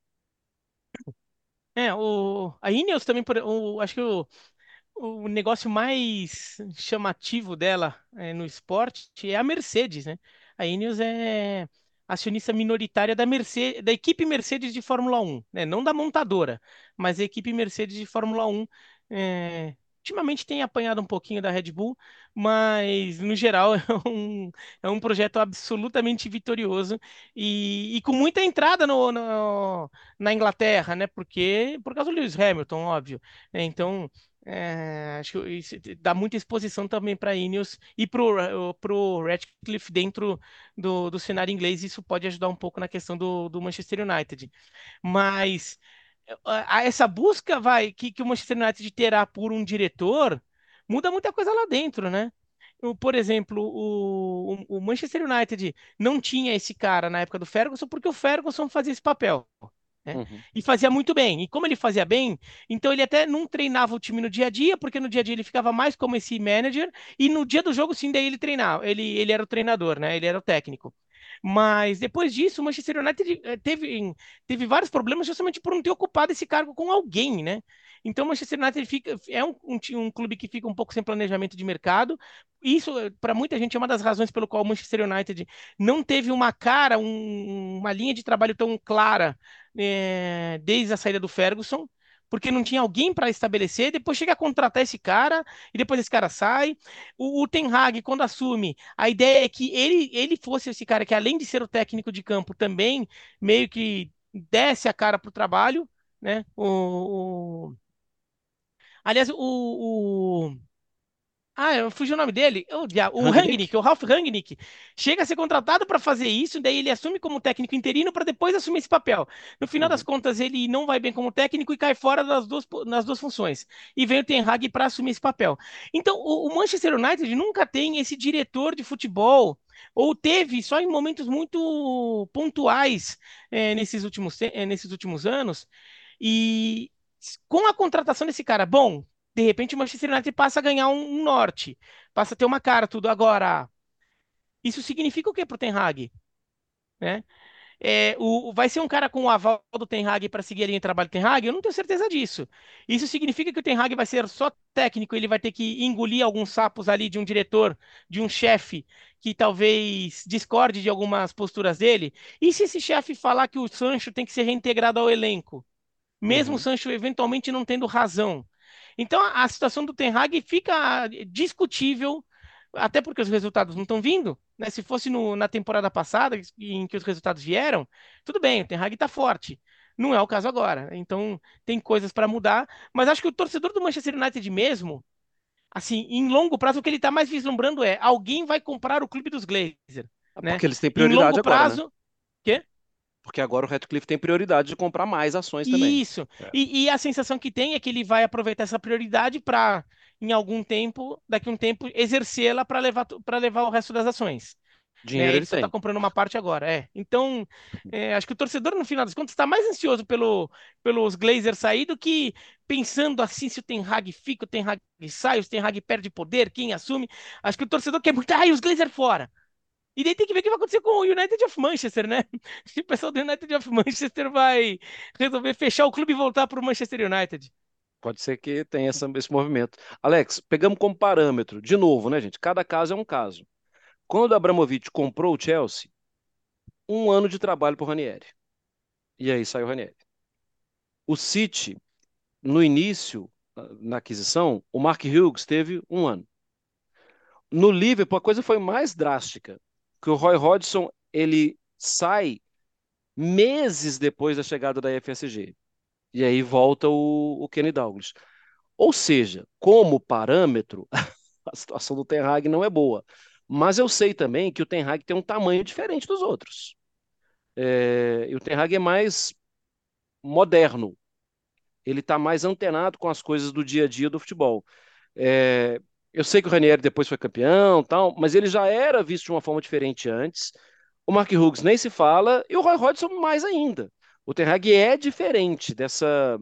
É, o, a Ineos também, por- o, acho que o, o negócio mais chamativo dela é, no esporte é a Mercedes, né? A Ineos é acionista minoritária da Mercedes, da equipe Mercedes de Fórmula Um, né? Não da montadora, mas a equipe Mercedes de Fórmula Um. é, Ultimamente tem apanhado um pouquinho da Red Bull, mas no geral é um, é um projeto absolutamente vitorioso e, e com muita entrada no, no- na Inglaterra, né? Porque por causa do Lewis Hamilton, óbvio, né? Então é, acho que isso dá muita exposição também para a Ineos e para o Ratcliffe dentro do, do cenário inglês. Isso pode ajudar um pouco na questão do, do Manchester United. Mas a- a- essa busca vai que, que o Manchester United terá por um diretor muda muita coisa lá dentro, né? O- Por exemplo, o, o o Manchester United não tinha esse cara na época do Ferguson porque o Ferguson fazia esse papel, né? Uhum. E fazia muito bem. E como ele fazia bem, então ele até não treinava o time no dia a dia, porque no dia a dia ele ficava mais como esse manager, e no dia do jogo, sim, daí ele treinava. Ele, ele era o treinador, né? Ele era o técnico. Mas depois disso, o Manchester United eh, teve, teve vários problemas justamente por não ter ocupado esse cargo com alguém, né? Então, o Manchester United fica, é um, um, ti- um clube que fica um pouco sem planejamento de mercado. Isso, para muita gente, é uma das razões pelo qual o Manchester United não teve uma cara, um- uma linha de trabalho tão clara é, desde a saída do Ferguson, porque não tinha alguém para estabelecer. Depois chega a contratar esse cara e depois esse cara sai. O, o Ten Hag, quando assume, a ideia é que ele, ele fosse esse cara que, além de ser o técnico de campo, também meio que desse a cara para o trabalho, né? O, o... Aliás, o, o ah, eu fugi o nome dele. O, dia- o Rangnick? Rangnick, o Ralf Rangnick, chega a ser contratado para fazer isso, daí ele assume como técnico interino para depois assumir esse papel. No final das Uhum. contas, ele não vai bem como técnico e cai fora das duas, nas duas funções. E vem o Ten Hag para assumir esse papel. Então, o, o Manchester United nunca tem esse diretor de futebol, ou teve só em momentos muito pontuais eh, nesses últimos, te- eh, nesses últimos anos. E com a contratação desse cara, bom, de repente o Manchester United passa a ganhar um, um norte, passa a ter uma cara, tudo. Agora, isso significa o que pro Ten Hag, né? é, o, vai ser um cara com o aval do Ten Hag para seguir a linha de trabalho do Ten Hag? Eu não tenho certeza disso. Isso significa que o Ten Hag vai ser só técnico, ele vai ter que engolir alguns sapos ali de um diretor, de um chefe que talvez discorde de algumas posturas dele? E se esse chefe falar que o Sancho tem que ser reintegrado ao elenco? Mesmo o Uhum. Sancho eventualmente não tendo razão. Então a, a situação do Ten Hag fica discutível, até porque os resultados não estão vindo, né? Se fosse no- na temporada passada, em que os resultados vieram, tudo bem, o Ten Hag está forte. Não é o caso agora. Então tem coisas para mudar, mas acho que o torcedor do Manchester United mesmo, assim, em longo prazo, o que ele está mais vislumbrando é alguém vai comprar o clube dos Glazer, né? Porque eles têm Em longo prioridade agora, né? prazo, quê? Porque agora o Ratcliffe tem prioridade de comprar mais ações também. Isso. É. E, e a sensação que tem é que ele vai aproveitar essa prioridade para, em algum tempo, daqui a um tempo, exercê-la para levar, para levar o resto das ações. Né? Dinheiro Ele ele só está tem. comprando uma parte agora. É. Então, é, acho que o torcedor, no final das contas, está mais ansioso pelo, pelos Glazers sair do que pensando assim se o Ten Hag fica, o Ten Hag sai, o Ten Hag perde poder, quem assume. Acho que o torcedor quer muito, ai, os Glazers fora. E daí tem que ver o que vai acontecer com o United of Manchester, né? Se o pessoal do United of Manchester vai resolver fechar o clube e voltar para o Manchester United. Pode ser que tenha essa- esse movimento. Alex, pegamos como parâmetro, de novo, né, gente? Cada caso é um caso. Quando o Abramovich comprou o Chelsea, um ano de trabalho para o Ranieri. E aí saiu o Ranieri. O City, no início, na aquisição, o Mark Hughes teve um ano. No Liverpool, a coisa foi mais drástica, que o Roy Hodgson ele sai meses depois da chegada da F S G. E aí volta o, o Kenny Dalglish. Ou seja, como parâmetro, a situação do Ten Hag não é boa. Mas eu sei também que o Ten Hag tem um tamanho diferente dos outros. É, e o Ten Hag é mais moderno. Ele está mais antenado com as coisas do dia a dia do futebol. É, eu sei que o Ranieri depois foi campeão, tal, mas ele já era visto de uma forma diferente antes. O Mark Hughes nem se fala e o Roy Hodgson mais ainda. O Ten Hag é diferente dessa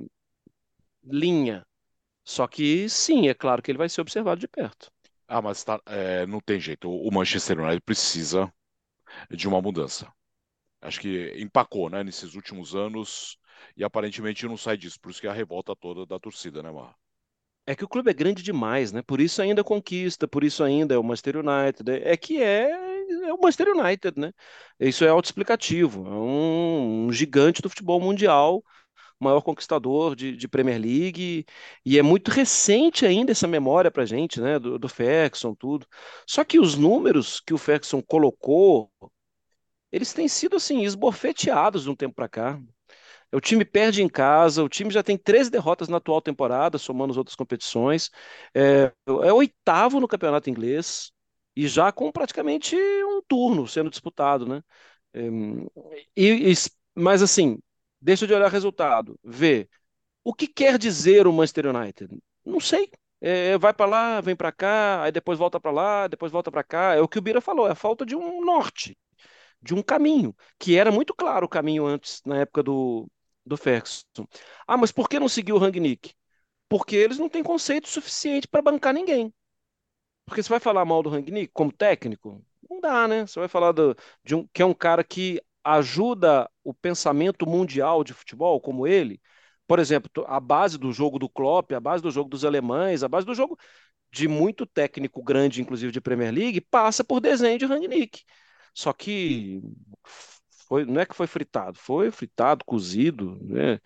linha. Só que sim, é claro que ele vai ser observado de perto. Ah, mas tá, é, não tem jeito. O Manchester United precisa de uma mudança. Acho que empacou, né, nesses últimos anos e aparentemente não sai disso. Por isso que é a revolta toda da torcida, né, Marra? É que o clube é grande demais, né? Por isso ainda conquista, por isso ainda é o Manchester United. É é que é, é o Manchester United, né? Isso é autoexplicativo. É um, um gigante do futebol mundial, o maior conquistador de, de Premier League. E é muito recente ainda essa memória pra gente, né? Do, do Ferguson, tudo. Só que os números que o Ferguson colocou, eles têm sido assim, esbofeteados de um tempo pra cá. O time perde em casa, o time já tem treze derrotas na atual temporada, somando as outras competições. É, é oitavo no campeonato inglês e já com praticamente um turno sendo disputado, né? É, e, e- mas assim, deixa de olhar o resultado, ver o que quer dizer o Manchester United. Não sei. É, vai para lá, vem para cá, aí depois volta para lá, depois volta para cá. É o que o Bira falou, é a falta de um norte, de um caminho, que era muito claro o caminho antes, na época do, do Ferguson. Ah, mas por que não seguiu o Rangnick? Porque eles não têm conceito suficiente para bancar ninguém. Porque você vai falar mal do Rangnick como técnico? Não dá, né? Você vai falar do- de um, que é um cara que ajuda o pensamento mundial de futebol, como ele. Por exemplo, a base do jogo do Klopp, a base do jogo dos alemães, a base do jogo de muito técnico grande, inclusive de Premier League, passa por desenho de Rangnick. Só que foi, não é que foi fritado, foi fritado, cozido, né?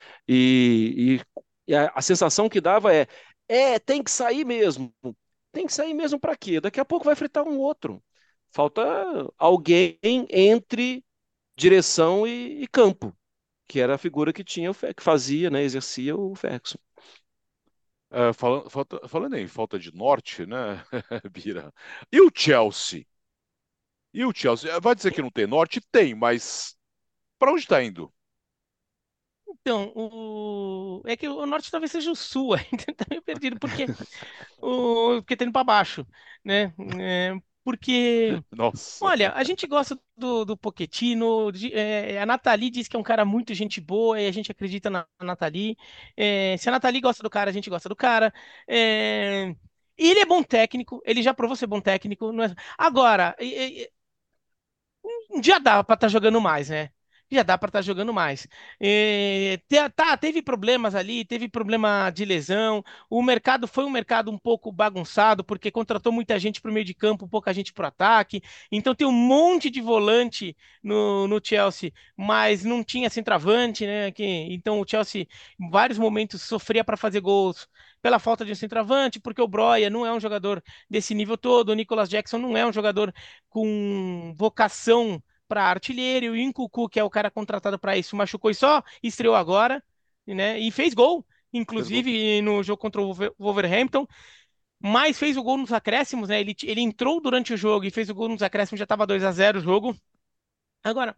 E, e- e a, a sensação que dava é, é, tem que sair mesmo. Tem que sair mesmo para quê? Daqui a pouco vai fritar um outro. Falta alguém entre direção e, e campo, que era a figura que tinha, o Fe- que fazia, né, exercia o Ferguson. É, falando, falta- falando em falta de norte, né, Bira? E o Chelsea? E o Chelsea? É, vai dizer que não tem norte? Tem, mas para onde está indo? Então, o... é que o norte talvez seja o sul, ainda tá meio perdido, porque o porque tá indo para baixo, né? É, porque, Nossa. olha, a gente gosta do, do Pochettino, de- é, a Nathalie diz que é um cara muito gente boa e a gente acredita na Nathalie. É, se a Nathalie gosta do cara, a gente gosta do cara. É, e ele é bom técnico, ele já provou ser bom técnico. Não é... Agora, e- e- um dia dá para estar jogando mais, né? já dá para estar jogando mais. É, te- tá, teve problemas ali, teve problema de lesão. O mercado foi um mercado um pouco bagunçado, porque contratou muita gente para o meio de campo, pouca gente para o ataque. Então tem um monte de volante no, no Chelsea, mas não tinha centroavante, né? Que, então o Chelsea, em vários momentos, sofria para fazer gols pela falta de um centroavante, porque o Broja não é um jogador desse nível todo, o Nicolas Jackson não é um jogador com vocação para artilheiro, e o Nkunku, que é o cara contratado para isso, machucou e só estreou agora, né? E fez gol, Fez gol. inclusive no jogo contra o Wolverhampton, mas fez o gol nos acréscimos, né? Ele, ele entrou durante o jogo e fez o gol nos acréscimos, já estava dois a zero o jogo. Agora,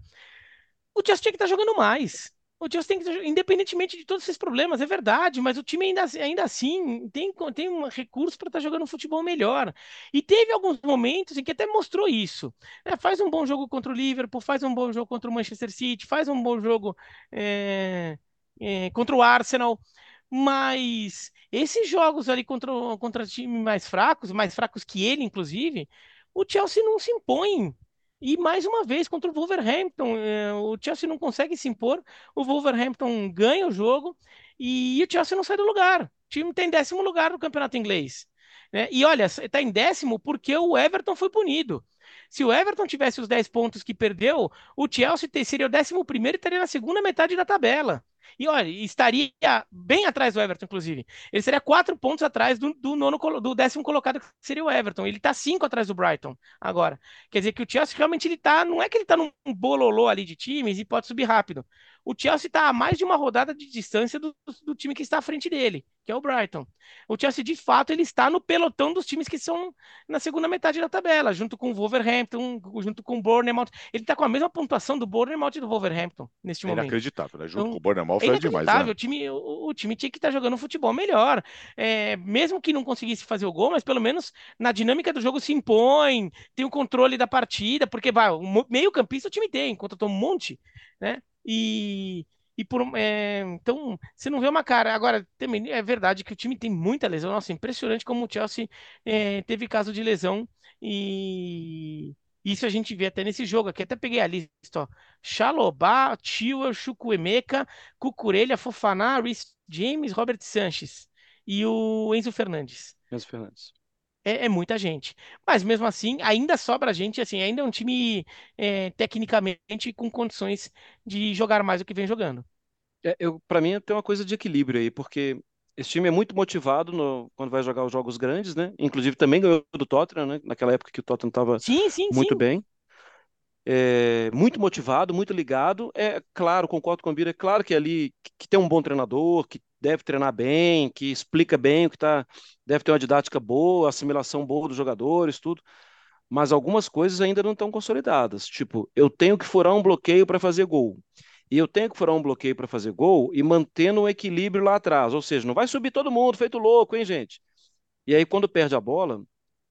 o Chelsea tinha que estar jogando mais. O Chelsea tem que estar, independentemente de todos esses problemas, é verdade, mas o time ainda, ainda assim tem, tem um recurso para estar jogando um futebol melhor. E teve alguns momentos em que até mostrou isso. Né? Faz um bom jogo contra o Liverpool, faz um bom jogo contra o Manchester City, faz um bom jogo é, é, contra o Arsenal. Mas esses jogos ali contra, contra times mais fracos, mais fracos que ele, inclusive, o Chelsea não se impõe. E mais uma vez contra o Wolverhampton, eh, o Chelsea não consegue se impor, o Wolverhampton ganha o jogo e o Chelsea não sai do lugar. O time tem décimo lugar no campeonato inglês. Né? E olha, está em décimo porque o Everton foi punido. Se o Everton tivesse os dez pontos que perdeu, o Chelsea te- seria o décimo primeiro e estaria na segunda metade da tabela. E olha, estaria bem atrás do Everton, inclusive. Ele seria quatro pontos atrás do, do nono, do décimo colocado, que seria o Everton. Ele está cinco atrás do Brighton agora. Quer dizer que o Chelsea realmente ele tá, não é que ele tá num bololô ali de times e pode subir rápido. O Chelsea está a mais de uma rodada de distância do, do time que está à frente dele, que é o Brighton. O Chelsea, de fato, ele está no pelotão dos times que são na segunda metade da tabela, junto com o Wolverhampton, junto com o Bournemouth. Ele está com a mesma pontuação do Bournemouth e do Wolverhampton neste É momento. inacreditável, né? Junto com Então, o Bournemouth é é demais, né? inacreditável. O time, o, o time tinha que estar jogando um futebol melhor. É, mesmo que não conseguisse fazer o gol, mas pelo menos na dinâmica do jogo se impõe, tem o controle da partida, porque vai, o meio-campista o time tem, contratou um monte, né? E, e por, um- é, então, você não vê uma cara. Agora, também é verdade que o time tem muita lesão. Nossa, impressionante como o Chelsea é, teve caso de lesão. E isso a gente vê até nesse jogo aqui. Até peguei a lista, ó. Chalobah, Chilwell, Chukwuemeka, Cucurella, Fofana, Reece James, Robert Sanchez e o Enzo Fernandes. Enzo Fernandes. É, é muita gente. Mas mesmo assim, ainda sobra gente, assim, ainda é um time é, tecnicamente com condições de jogar mais do que vem jogando. É, eu, para mim, tem uma coisa de equilíbrio aí, porque esse time é muito motivado no- quando vai jogar os jogos grandes, né? Inclusive também ganhou do Tottenham, né? Naquela época que o Tottenham estava Sim, sim, muito sim. bem. É, muito motivado, muito ligado. É claro, concordo com o Bira, é claro que ali que, que tem um bom treinador, que deve treinar bem, que explica bem o que tá, deve ter uma didática boa, assimilação boa dos jogadores, tudo. Mas algumas coisas ainda não estão consolidadas. Tipo, eu tenho que furar um bloqueio para fazer gol. E eu tenho que furar um bloqueio para fazer gol e mantendo o equilíbrio lá atrás. Ou seja, não vai subir todo mundo feito louco, hein, gente? E aí, quando perde a bola,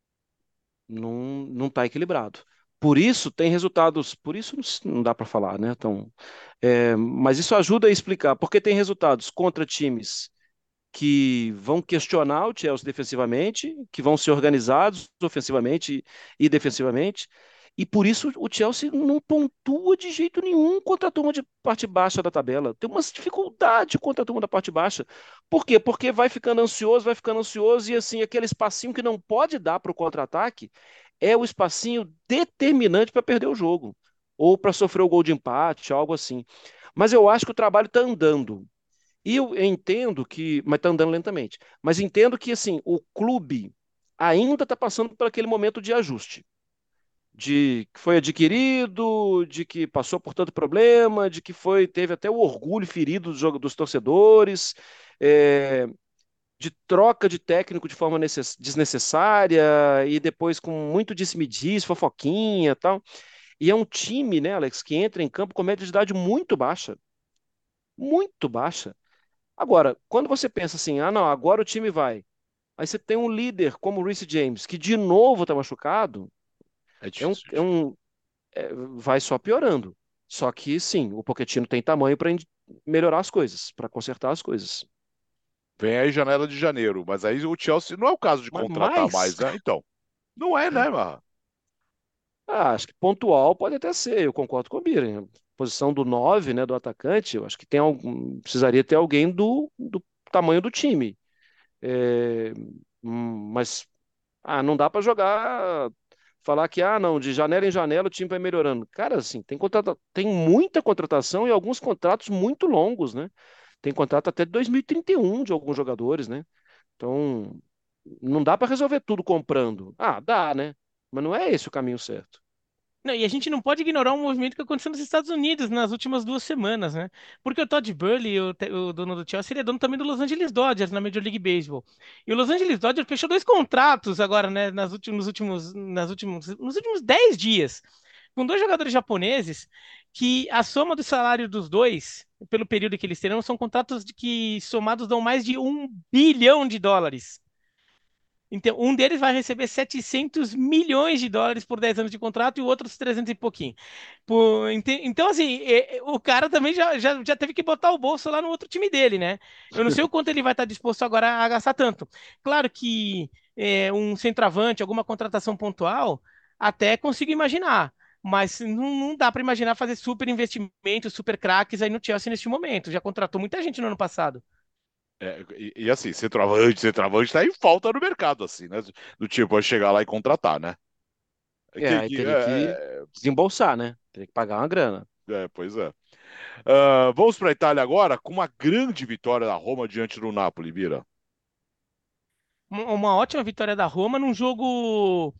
não não está equilibrado. Por isso tem resultados, por isso não, s- não dá para falar, né? Então, é, mas isso ajuda a explicar, porque tem resultados contra times que vão questionar o Chelsea defensivamente, que vão ser organizados ofensivamente e defensivamente, e por isso o Chelsea não pontua de jeito nenhum contra a turma de parte baixa da tabela. Tem umas dificuldade contra a turma da parte baixa. Por quê? Porque vai ficando ansioso, vai ficando ansioso, e assim, aquele espacinho que não pode dar para o contra-ataque é o espacinho determinante para perder o jogo, ou para sofrer o gol de empate, algo assim. Mas eu acho que o trabalho está andando. E eu entendo que, mas está andando lentamente. Mas entendo que assim, o clube ainda está passando por aquele momento de ajuste, de que foi adquirido, de que passou por tanto problema, de que foi teve até o orgulho ferido dos, jogo- dos torcedores, é, de troca de técnico de forma necess- desnecessária e depois com muito disse-me-disse, fofoquinha, e tal. E é um time, né, Alex, que entra em campo com média de idade muito baixa, muito baixa. Agora, quando você pensa assim, ah, não, agora o time vai. Aí você tem um líder como o Reece James, que de novo está machucado, É é um, difícil. é um, é, vai só piorando. Só que sim, o Pochettino tem tamanho para melhorar as coisas, para consertar as coisas. Vem aí janela de janeiro, mas aí o Chelsea não é o caso de Mas, contratar mas mais, né? Então, não é, né, Marra? ah, acho que pontual pode até ser, eu concordo com o Biren. posição do nove, né, do atacante, eu acho que tem algum, precisaria ter alguém do, do tamanho do time. É, hum, mas ah, não dá para jogar, falar que ah, não, de janela em janela o time vai melhorando. Cara, assim, tem contrata, tem muita contratação e alguns contratos muito longos, né? Tem contrato até dois mil e trinta e um de alguns jogadores, né? Então, não dá para resolver tudo comprando. Ah, dá, né? Mas não é esse o caminho certo. Não, e a gente não pode ignorar um movimento que aconteceu nos Estados Unidos nas últimas duas semanas, né? Porque o Todd Burley, o, te- o dono do Chelsea, ele é dono também do Los Angeles Dodgers na Major League Baseball. E o Los Angeles Dodgers fechou dois contratos agora, né? Nas últimos, nos últimos, nas últimos, nos últimos dez dias, com dois jogadores japoneses que a soma do salário dos dois, pelo período que eles terão, são contratos de que somados dão mais de um bilhão de dólares. Então, um deles vai receber setecentos milhões de dólares por dez anos de contrato e o outro os trezentos e pouquinho. Por- ente- então, assim, é- é- o cara também já, já, já teve que botar o bolso lá no outro time dele, né? Eu não sei o quanto ele vai estar disposto agora a gastar tanto. Claro que é, um centroavante, alguma contratação pontual, até consigo imaginar. Mas não, não dá para imaginar fazer super investimentos, super craques aí no Chelsea neste momento. Já contratou muita gente no ano passado. É, e, e assim, centroavante, centroavante tá em falta no mercado, assim, né? Do tipo, pode chegar lá e contratar, né? É É, Que, aí que- teria que é, desembolsar, né? Teria que pagar uma grana. é, é, pois é. Ah, vamos para a Itália agora, com uma grande vitória da Roma diante do Napoli, Bira. Uma uma ótima vitória da Roma num jogo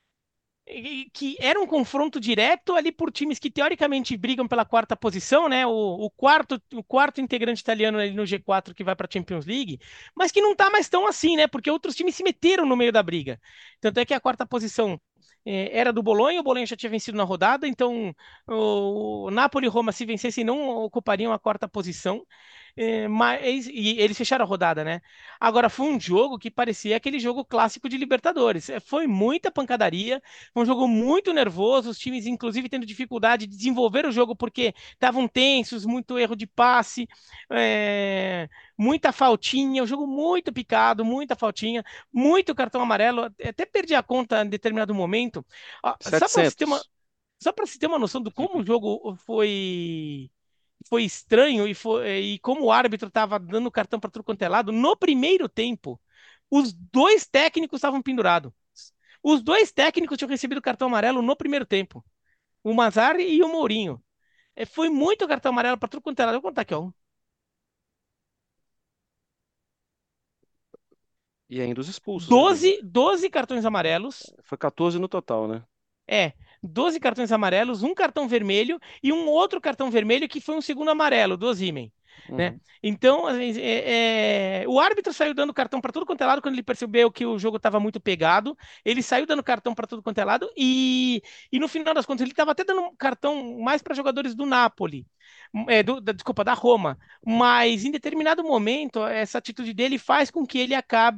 e- que era um confronto direto ali por times que teoricamente brigam pela quarta posição, né? O, o quarto, o quarto integrante italiano ali no G quatro que vai para a Champions League, mas que não tá mais tão assim, né? Porque outros times se meteram no meio da briga. Tanto é que a quarta posição eh, era do Bolonha, o Bolonha já tinha vencido na rodada, então o, o Napoli e Roma, se vencessem, não ocupariam a quarta posição. Eh, mas e eles fecharam a rodada, né? Agora foi um jogo que parecia aquele jogo clássico de Libertadores. Eh, Foi muita pancadaria. Foi um jogo muito nervoso, os times, inclusive, tendo dificuldade de desenvolver o jogo porque estavam tensos, muito erro de passe, é, muita faltinha, o jogo muito picado, muita faltinha, muito cartão amarelo. Até perdi a conta em determinado momento. Ó, só para se ter uma, setecentos. só para se ter uma noção do como o jogo foi. Foi estranho e, foi, e como o árbitro estava dando cartão para tudo quanto é lado, no primeiro tempo, os dois técnicos estavam pendurados. Os dois técnicos tinham recebido cartão amarelo no primeiro tempo. O Mazzarri e o Mourinho. É, foi muito cartão amarelo para tudo quanto é lado. Eu vou contar aqui, ó. E ainda os expulsos, né, Vini? doze, doze cartões amarelos. Foi quatorze no total, né? É, doze cartões amarelos, um cartão vermelho e um outro cartão vermelho que foi um segundo amarelo do Osimhen, né? Uhum. Então, assim, é, é, o árbitro saiu dando cartão para tudo quanto é lado quando ele percebeu que o jogo estava muito pegado. Ele saiu dando cartão para tudo quanto é lado e, e no final das contas ele estava até dando um cartão mais para jogadores do Napoli, é, do, da, desculpa, da Roma. Mas em determinado momento essa atitude dele faz com que ele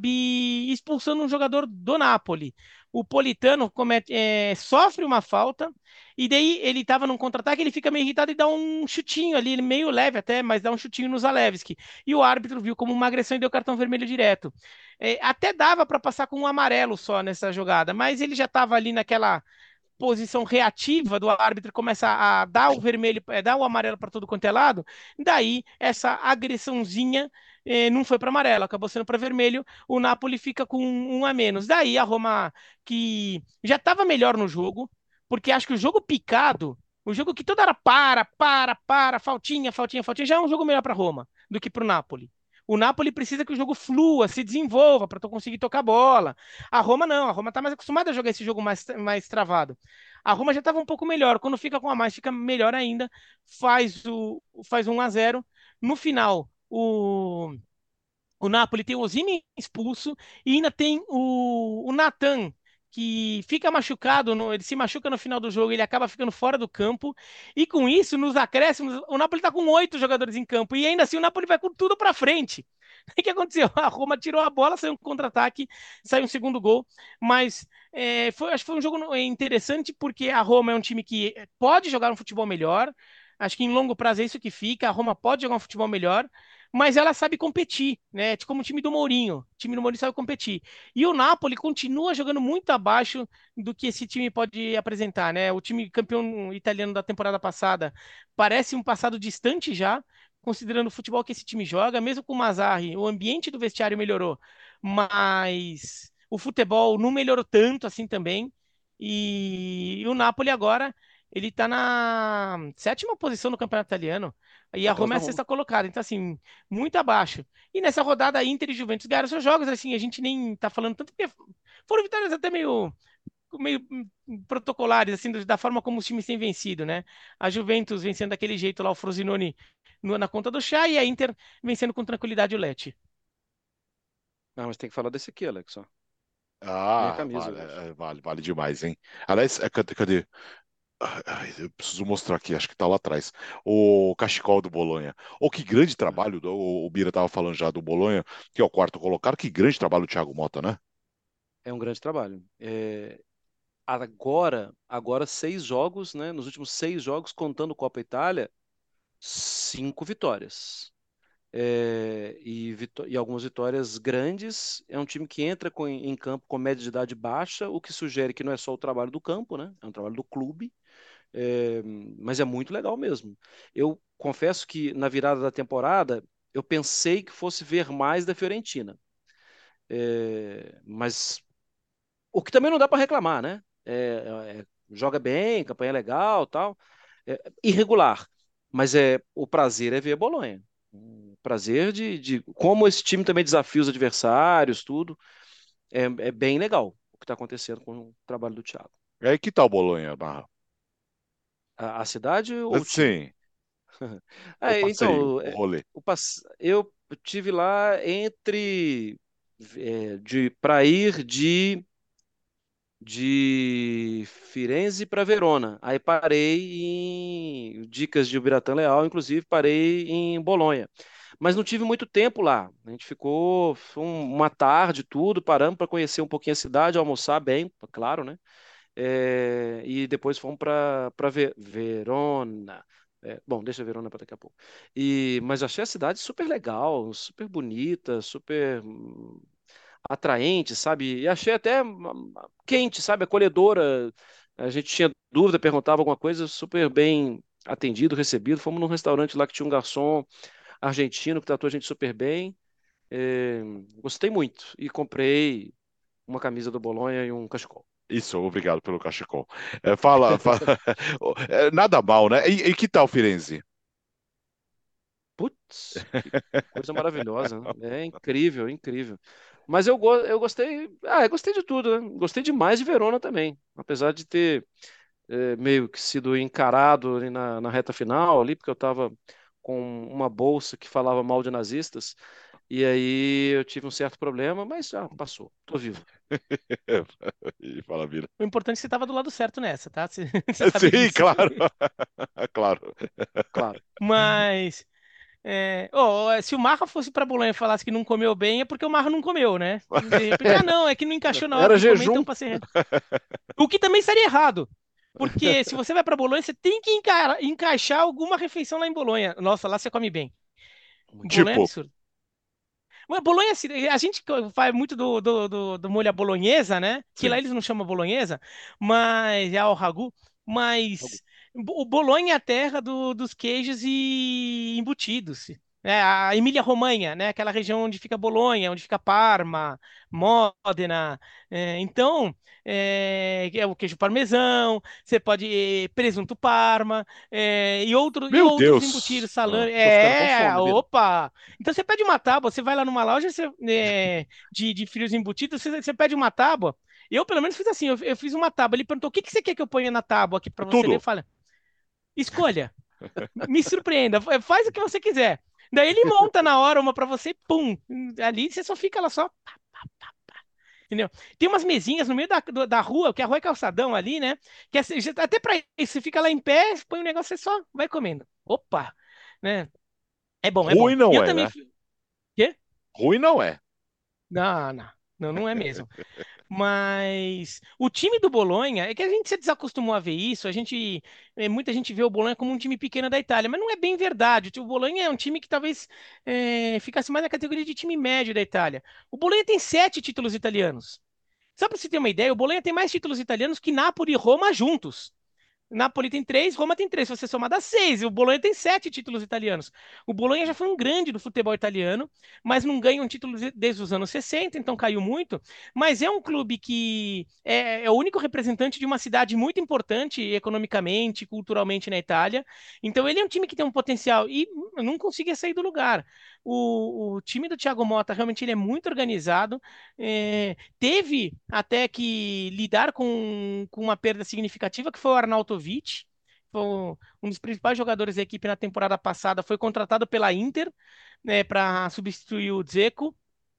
acabe expulsando um jogador do Napoli. O Politano comete, é, sofre uma falta, e daí ele estava num contra-ataque, ele fica meio irritado e dá um chutinho ali, meio leve até, mas dá um chutinho no Zalewski. E o árbitro viu como uma agressão e deu cartão vermelho direto. É, até dava para passar com um amarelo só nessa jogada, mas ele já estava ali naquela posição reativa do árbitro começa a dar o vermelho, é, dar o amarelo para todo quanto é lado, daí essa agressãozinha eh, não foi para amarelo, acabou sendo para vermelho, o Napoli fica com um um a menos. Daí a Roma, que já estava melhor no jogo, porque acho que o jogo picado, o jogo que toda hora para, para, para, faltinha, faltinha, faltinha, já é um jogo melhor para Roma do que para o Napoli. O Napoli precisa que o jogo flua, se desenvolva para conseguir tocar bola. A Roma não, a Roma está mais acostumada a jogar esse jogo mais, mais travado. A Roma já estava um pouco melhor. Quando fica com a mais, fica melhor ainda. Faz o faz um a zero. No final, o, o Napoli tem o Osimhen expulso e ainda tem o, o Natan, que fica machucado, no- ele se machuca no final do jogo, ele acaba ficando fora do campo. E com isso, nos acréscimos, o Napoli está com oito jogadores em campo e ainda assim o Napoli vai com tudo para frente. O que aconteceu? A Roma tirou a bola, saiu um contra-ataque, saiu um segundo gol, mas é, foi, acho que foi um jogo interessante porque a Roma é um time que pode jogar um futebol melhor. Acho que em longo prazo é isso que fica. A Roma pode jogar um futebol melhor, mas ela sabe competir, né? Tipo como o time do Mourinho. O time do Mourinho sabe competir. E o Napoli continua jogando muito abaixo do que esse time pode apresentar, né? O time campeão italiano da temporada passada parece um passado distante já, considerando o futebol que esse time joga, mesmo com o Mazzarri, o ambiente do vestiário melhorou, mas o futebol não melhorou tanto assim também. E, e o Napoli agora, ele tá na sétima posição no campeonato italiano. E a Atrás Roma é da a Roma. sexta colocada, então assim, muito abaixo. E nessa rodada, Inter e Juventus ganharam seus jogos, assim, a gente nem tá falando tanto, porque foram vitórias até meio, meio hum, protocolares, assim, da forma como os times têm vencido, né? A Juventus vencendo daquele jeito lá, o Frosinone no- na conta do chá, e a Inter vencendo com tranquilidade o Lecce. Ah, mas tem que falar desse aqui, Alex, ó. Minha Ah, camisa vale, hoje. é, vale, vale demais, hein? Aliás, é, cadê, cadê? Ai, ai, eu preciso mostrar aqui, acho que tá lá atrás. O cachecol do Bolonha. Oh, que grande trabalho, do- o, o Bira tava falando já do Bolonha, que é o quarto colocado. Que grande trabalho do Thiago Motta, né? É um grande trabalho. É, agora, agora seis jogos, né? Nos últimos seis jogos, contando Copa Itália, cinco vitórias. É, e, vitó- e algumas vitórias grandes. É um time que entra com- em campo com média de idade baixa, o que sugere que não é só o trabalho do campo, né? É um trabalho do clube. É, mas é muito legal mesmo. Eu confesso que na virada da temporada eu pensei que fosse ver mais da Fiorentina. É, mas o que também não dá para reclamar, né? É, é, joga bem, campanha legal, tal. É, irregular, mas é o prazer é ver Bolonha. O prazer de, de como esse time também desafia os adversários, tudo. É, é bem legal o que está acontecendo com o trabalho do Thiago. E aí, que tal o Bolonha, Barra? A, a cidade ou o time? Sim, o É, passeio, então, o é, rolê. o pass- eu tive lá entre é, de para ir de de Firenze para Verona. Aí parei em dicas de Ubiratã Leal, inclusive parei em Bolonha. Mas não tive muito tempo lá. A gente ficou foi um- uma tarde, tudo, paramos para conhecer um pouquinho a cidade, almoçar bem, claro, né? É, e depois fomos para para Verona. É, bom, deixa Verona para daqui a pouco. E, mas achei a cidade super legal, super bonita, super hum, atraente, sabe? E achei até hum, quente, sabe? Acolhedora. A gente tinha dúvida, perguntava alguma coisa, super bem atendido, recebido. Fomos num restaurante lá que tinha um garçom argentino que tratou a gente super bem. É, gostei muito e comprei uma camisa do Bolonha e um cachecol. Isso, obrigado pelo cachecol. É, fala, fala- é, nada mal, né? E, e que tal Firenze? Putz, que coisa maravilhosa, né? É incrível, incrível. Mas eu, go- eu gostei, ah, eu gostei de tudo, né? Gostei demais de Verona também, apesar de ter eh, meio que sido encarado ali na, na reta final ali, porque eu estava com uma bolsa que falava mal de nazistas, e aí eu tive um certo problema, mas já passou, tô vivo. E fala, Bira. O importante é que você estava do lado certo nessa, tá? Você, você sabe Sim, disso. claro. Claro. Claro. Mas, é, ó, se o Marra fosse para Bolonha e falasse que não comeu bem, é porque o Marra não comeu, né? De repente, ah, não, é que não encaixou na hora Era de comer, então jejum. passei reto. O que também estaria errado. Porque se você vai para Bolonha, você tem que enca- encaixar alguma refeição lá em Bolonha. Nossa, lá você come bem. Muito bom. Bolonha é Tipo, absurdo. Mas Bolonha, assim, a gente faz muito do, do, do, do molho à bolonhesa, né? Que lá sim. eles não chamam bolonhesa, mas é ao ragu. Mas o Bolonha é a terra do- dos queijos e embutidos. É, a Emília-Romanha, né? Aquela região onde fica Bolonha, onde fica Parma, Módena. É, então, é, é o queijo parmesão, você pode eh, presunto Parma é, e, outro, e Meu outros Deus. embutidos, Ah, salame. Tô ficando com É, fome, Bira. opa! Então você pede uma tábua, você vai lá numa loja você, é, de, de frios embutidos, você, você pede uma tábua. Eu, pelo menos, fiz assim: eu, eu fiz uma tábua. Ele perguntou: o que, que você quer que eu ponha na tábua aqui pra você ver? Eu tudo. falei: escolha, me surpreenda, fa- faz o que você quiser. Daí ele monta na hora uma pra você, pum, ali você só fica lá só, entendeu? Tem umas mesinhas no meio da, do- da rua, que a rua é calçadão ali, né? Que é, você- até pra isso, você fica lá em pé, põe o negócio, você só vai comendo. Opa, né? É bom, é bom. Ruim E não eu é, também. né? fi- Quê? Ruim não é. Não, não. Não, não é mesmo. Mas o time do Bolonha, é que a gente se desacostumou a ver isso, a gente, é, muita gente vê o Bolonha como um time pequeno da Itália, mas não é bem verdade. O Bolonha é um time que talvez é, ficasse mais na categoria de time médio da Itália. O Bolonha tem sete títulos italianos. Só para você ter uma ideia, o Bolonha tem mais títulos italianos que Napoli e Roma juntos. Napoli tem três, Roma tem três. Se você somar, dá seis. E o Bolonha tem sete títulos italianos. O Bolonha já foi um grande do futebol italiano, mas não ganha um título desde os anos sessenta, então caiu muito. Mas é um clube que é, é o único representante de uma cidade muito importante economicamente, culturalmente na Itália. Então ele é um time que tem um potencial e hum, não conseguia sair do lugar. O, o time do Thiago Motta realmente ele é muito organizado. É, teve até que lidar com, com uma perda significativa, que foi o Arnautovic, foi um um dos principais jogadores da equipe na temporada passada, foi contratado pela Inter, né, para substituir o Dzeko.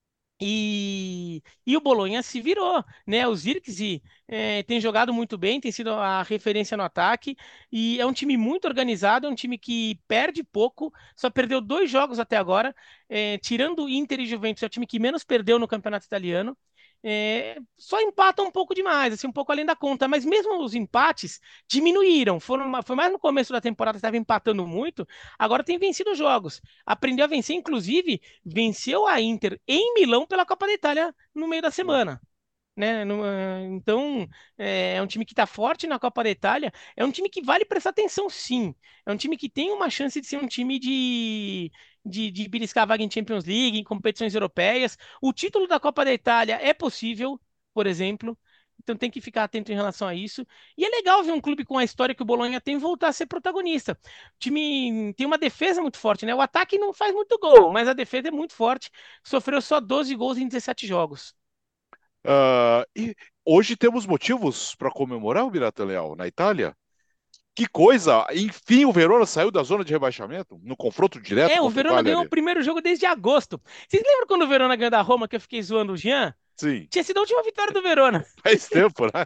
E, e o Bolonha se virou, né? O Zirkzee é, tem jogado muito bem, tem sido a referência no ataque e é um time muito organizado, é um time que perde pouco, só perdeu dois jogos até agora, é, tirando o Inter e Juventus, é o time que menos perdeu no campeonato italiano. É, só empata um pouco demais, assim, um pouco além da conta, mas mesmo os empates diminuíram. Foram, foi mais no começo da temporada que estava empatando muito, agora tem vencido jogos. Aprendeu a vencer, inclusive venceu a Inter em Milão pela Copa da Itália no meio da semana. Né? No- eh, Então, é é um time que está forte na Copa da Itália. É um time que vale prestar atenção, sim. É um time que tem uma chance de ser um time de, de, de beliscar a vaga em Champions League, em competições europeias. O título da Copa da Itália é possível, por exemplo. Então tem que ficar atento em relação a isso. E é legal ver um clube com a história que o Bolonha tem voltar a ser protagonista. O time tem uma defesa muito forte, né? O ataque não faz muito gol, mas a defesa é muito forte. Sofreu só doze gols em dezessete jogos. Ah, e hoje temos motivos para comemorar o Birata Leal na Itália? Que coisa! Enfim, o Verona saiu da zona de rebaixamento no confronto direto É, o contra o Verona ganhou o Cagliari. primeiro jogo desde agosto. Vocês lembram quando o Verona ganhou da Roma, que eu fiquei zoando o Jean? Sim, Tinha sido a última vitória do Verona. faz tempo, né?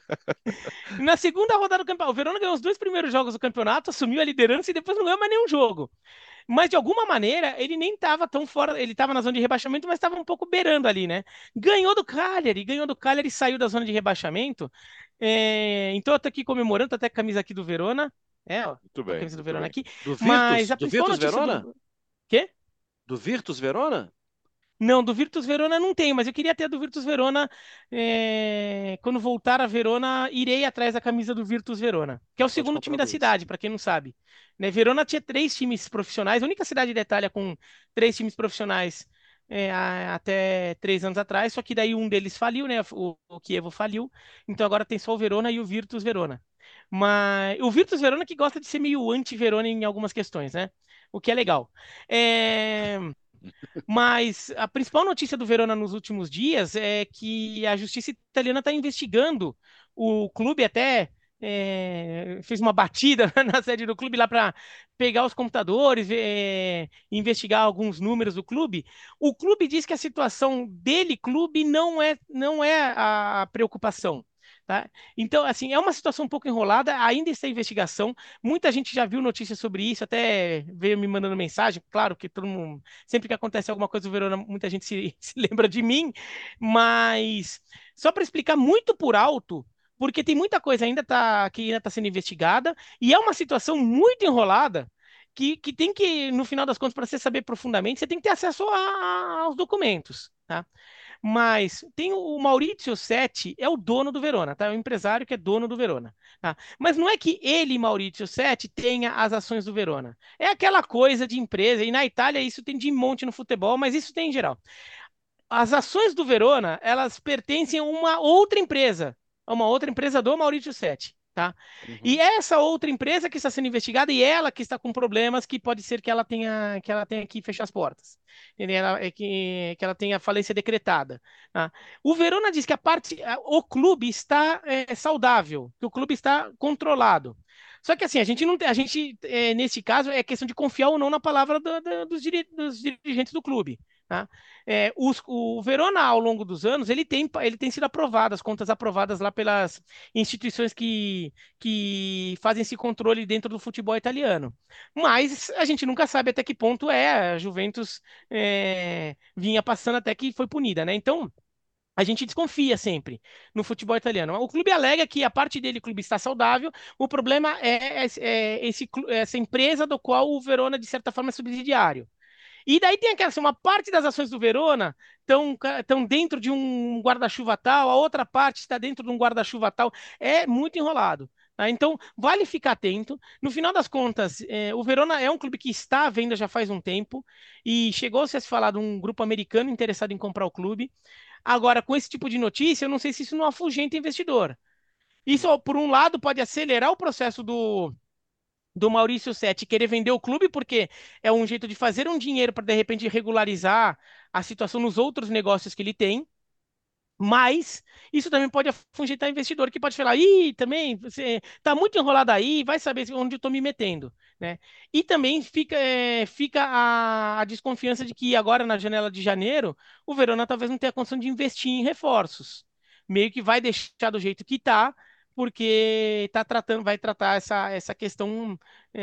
E na segunda rodada do campeonato, o Verona ganhou os dois primeiros jogos do campeonato, assumiu a liderança e depois não ganhou mais nenhum jogo. Mas de alguma maneira, ele nem estava tão fora, ele estava na zona de rebaixamento, mas estava um pouco beirando ali, né? Ganhou do Cagliari, ganhou do Cagliari e saiu da zona de rebaixamento. É, então eu tô aqui comemorando, tô até com a camisa aqui do Verona. É, ó, Muito tô com a bem, camisa do muito Verona bem. aqui. Do Mas Virtus? a Do principal Virtus notícia Verona? do. Quê? Do Virtus Verona? Não, do Virtus Verona não tem, mas eu queria ter a do Virtus Verona. É, Quando voltar a Verona, irei atrás da camisa do Virtus Verona, que é o Pode segundo time comprar da duas. cidade, para quem não sabe. Né, Verona tinha três times profissionais, a única cidade da Itália com três times profissionais é, a- até três anos atrás, só que daí um deles faliu, né? O, o Chievo faliu, então agora tem só o Verona e o Virtus Verona. Mas o Virtus Verona que gosta de ser meio anti-Verona em algumas questões, né? O que é legal. É... Mas a principal notícia do Verona nos últimos dias é que a justiça italiana está investigando o clube até. É, fez uma batida na sede do clube lá para pegar os computadores, é, investigar alguns números do clube. O clube diz que a situação dele, clube, não é, não é a preocupação. Tá? Então, assim, é uma situação um pouco enrolada, ainda está em investigação. Muita gente já viu notícias sobre isso, até veio me mandando mensagem. Claro que todo mundo sempre que acontece alguma coisa do Verona, muita gente se, se lembra de mim, mas só para explicar muito por alto, porque tem muita coisa ainda tá, que ainda está sendo investigada, e é uma situação muito enrolada, que, que tem que, no final das contas, para você saber profundamente, você tem que ter acesso a- aos documentos, tá? Mas tem o Maurizio Setti, é o dono do Verona, tá? É o empresário que é dono do Verona, tá? Mas não é que ele, Maurizio Setti, tenha as ações do Verona. É aquela coisa de empresa, e na Itália isso tem de monte no futebol, mas isso tem em geral. As ações do Verona, elas pertencem a uma outra empresa, a uma outra empresa do Maurício Setti, tá? E Uhum. essa outra empresa que está sendo investigada e ela que está com problemas que pode ser que ela tenha que ela tenha que fechar as portas, entendeu? Ela- é que, que ela tenha falência decretada, tá? O Verona diz que a parte, a- o clube está é, saudável, que o clube está controlado. Só que assim, a gente não tem, a gente, é, nesse caso, é questão de confiar ou não na palavra do- do- dos, diri- dos dirigentes do clube. Tá? É, os- o Verona, ao longo dos anos, ele tem, ele tem sido aprovado, as contas aprovadas lá pelas instituições que, que fazem esse controle dentro do futebol italiano. Mas a gente nunca sabe até que ponto é. A Juventus é, vinha passando até que foi punida, né? Então, a gente desconfia sempre no futebol italiano. O clube alega que a parte dele, o clube está saudável, o problema é, é- é esse, clu- essa empresa do qual o Verona, de certa forma, é subsidiário. E daí tem aquela, assim, uma parte das ações do Verona estão estão dentro de um guarda-chuva tal, a outra parte está dentro de um guarda-chuva tal. É muito enrolado. Tá? Então, vale ficar atento. No final das contas, é, o Verona é um clube que está à venda já faz um tempo e chegou-se a se falar de um grupo americano interessado em comprar o clube. Agora, com esse tipo de notícia, eu não sei se isso não afugenta investidor. Isso, Não. por um lado, pode acelerar o processo do do Maurício Setti querer vender o clube, porque é um jeito de fazer um dinheiro para, de repente, regularizar a situação nos outros negócios que ele tem. Mas isso também pode afugentar investidor que pode falar, ih, também você tá muito enrolado aí, vai saber onde eu estou me metendo, né? E também fica, é, fica a, a desconfiança de que agora na janela de janeiro o Verona talvez não tenha condição de investir em reforços. Meio que vai deixar do jeito que tá, porque tá tratando, vai tratar essa, essa questão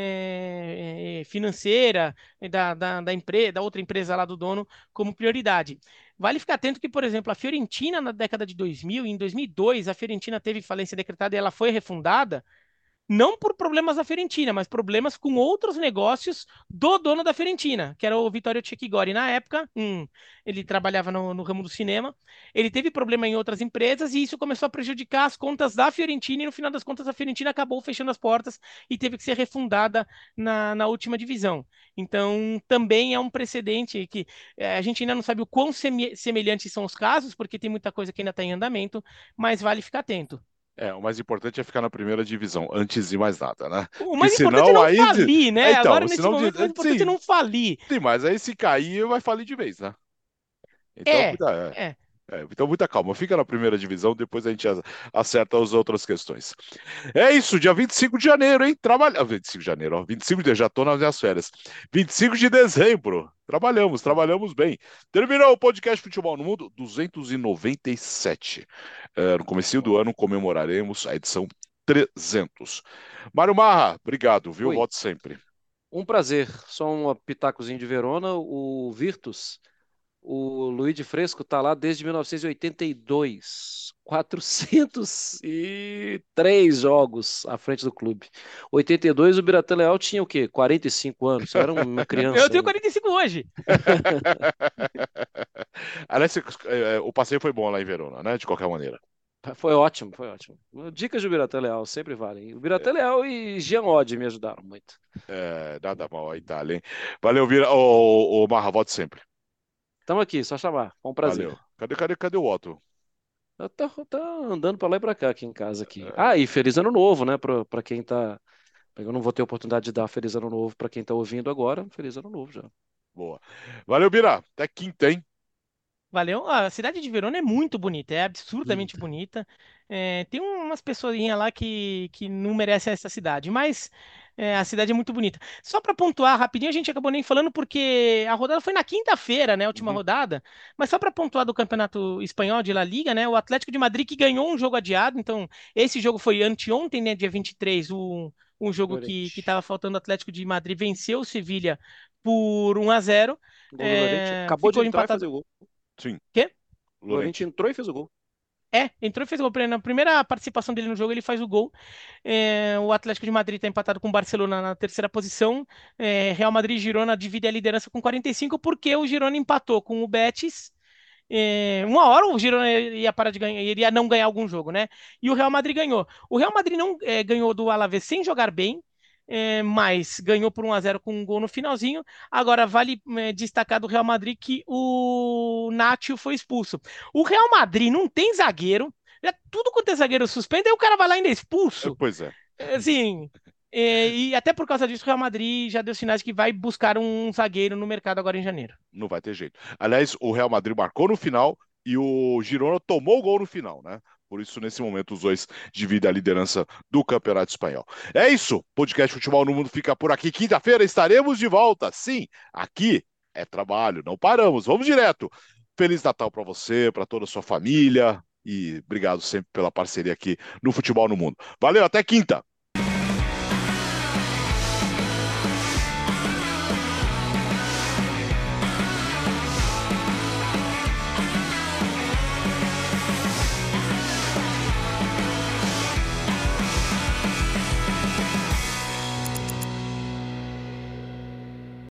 é, é, financeira da, da, da empresa, da outra empresa lá do dono como prioridade. Vale ficar atento que, por exemplo, a Fiorentina na década de dois mil, em dois mil e dois, a Fiorentina teve falência decretada e ela foi refundada, não por problemas da Fiorentina, mas problemas com outros negócios do dono da Fiorentina, que era o Vittorio Cecchigori. Na época, hum, ele trabalhava no, no ramo do cinema, ele teve problema em outras empresas e isso começou a prejudicar as contas da Fiorentina e no final das contas a Fiorentina acabou fechando as portas e teve que ser refundada na, na última divisão. Então, também é um precedente que eh, a gente ainda não sabe o quão seme- semelhantes são os casos, porque tem muita coisa que ainda está em andamento, mas vale ficar atento. É, o mais importante é ficar na primeira divisão, antes de mais nada, né? O Porque mais importante é senão não aí. falir, É, né? então, Agora, nesse senão. de- momento, o mais importante é Sim, não falir. sim, mas aí se cair, vai falir de vez, né? Então, É, muita, é. é, é, então, muita calma. Fica na primeira divisão, depois a gente a- acerta as outras questões. É isso, dia vinte e cinco de janeiro, hein? Trabalha... vinte e cinco de janeiro, ó. vinte e cinco de... Já tô nas minhas férias. vinte e cinco de dezembro. Trabalhamos, trabalhamos bem. Terminou o podcast Futebol no Mundo duzentos e noventa e sete. É, no comecinho do ano comemoraremos a edição trezentos. Mário Marra, obrigado, viu? Oi, Volte sempre. um prazer. Só um pitacozinho de Verona, o Virtus. O Luigi Fresco tá lá desde mil novecentos e oitenta e dois. quatrocentos e três jogos à frente do clube. oitenta e dois, o Biratan Leal tinha o quê? quarenta e cinco anos. Era uma Eu criança tenho ainda. quarenta e cinco hoje. Aliás, é, o passeio foi bom lá em Verona, né? De qualquer maneira. Foi ótimo, foi ótimo. Dicas do Biratan Leal sempre valem. O Biratan Leal e Jean Oddi me ajudaram muito. É, nada mal a Itália, hein? Valeu, Vira. Ô, ô, Marra, volte sempre. Estamos aqui, só chamar. Foi um prazer. Valeu. Cadê, cadê, cadê o Otto? Tá, tá andando para lá e para cá aqui em casa aqui. Ah, e feliz ano novo, né? Para para quem tá. Eu não vou ter oportunidade de dar feliz ano novo para quem tá ouvindo agora. Feliz ano novo já. Boa. Valeu, Bira. Até quinta, hein? Valeu. A cidade de Verona é muito bonita, é absurdamente Linda. bonita. É, tem umas pessoinhas lá que, que não merecem essa cidade, mas é, a cidade é muito bonita. Só para pontuar rapidinho, a gente acabou nem falando porque a rodada foi na quinta-feira, né? A última Uhum. rodada. Mas só para pontuar do Campeonato Espanhol de La Liga, né? O Atlético de Madrid que ganhou um jogo adiado. Então, esse jogo foi anteontem, né? Dia vinte e três, o, um jogo que que Llorente. estava faltando. O Atlético de Madrid venceu o Sevilha por um a zero. Gol do Llorente. É, Acabou de ficou entrar e empatado. fazer o gol. Sim, Quê? O Llorente Lorente. entrou e fez o gol. É, entrou e fez gol. Na primeira participação dele no jogo, ele faz o gol. É, o Atlético de Madrid está empatado com o Barcelona na terceira posição. É, Real Madrid e Girona dividem a liderança com quarenta e cinco, porque o Girona empatou com o Betis. É, uma hora o Girona ia parar de ganhar, iria não ganhar algum jogo, né? E o Real Madrid ganhou. O Real Madrid não é, ganhou do Alavés sem jogar bem, é, mas ganhou por um a zero com um gol no finalzinho. Agora vale é, destacar do Real Madrid que o Nacho foi expulso. O Real Madrid não tem zagueiro, é tudo quanto é zagueiro suspenso, aí o cara vai lá ainda é É, expulso. pois é, É, assim, é, e até por causa disso o Real Madrid já deu sinais que vai buscar um zagueiro no mercado agora em janeiro. não vai ter jeito. Aliás, o Real Madrid marcou no final e o Girona tomou o gol no final, né? Por isso, nesse momento, os dois dividem a liderança do Campeonato Espanhol. É isso. Podcast Futebol no Mundo fica por aqui. Quinta-feira estaremos de volta. Sim, aqui é trabalho, não paramos. Vamos direto. Feliz Natal para você, para toda a sua família e obrigado sempre pela parceria aqui no Futebol no Mundo. Valeu, até quinta.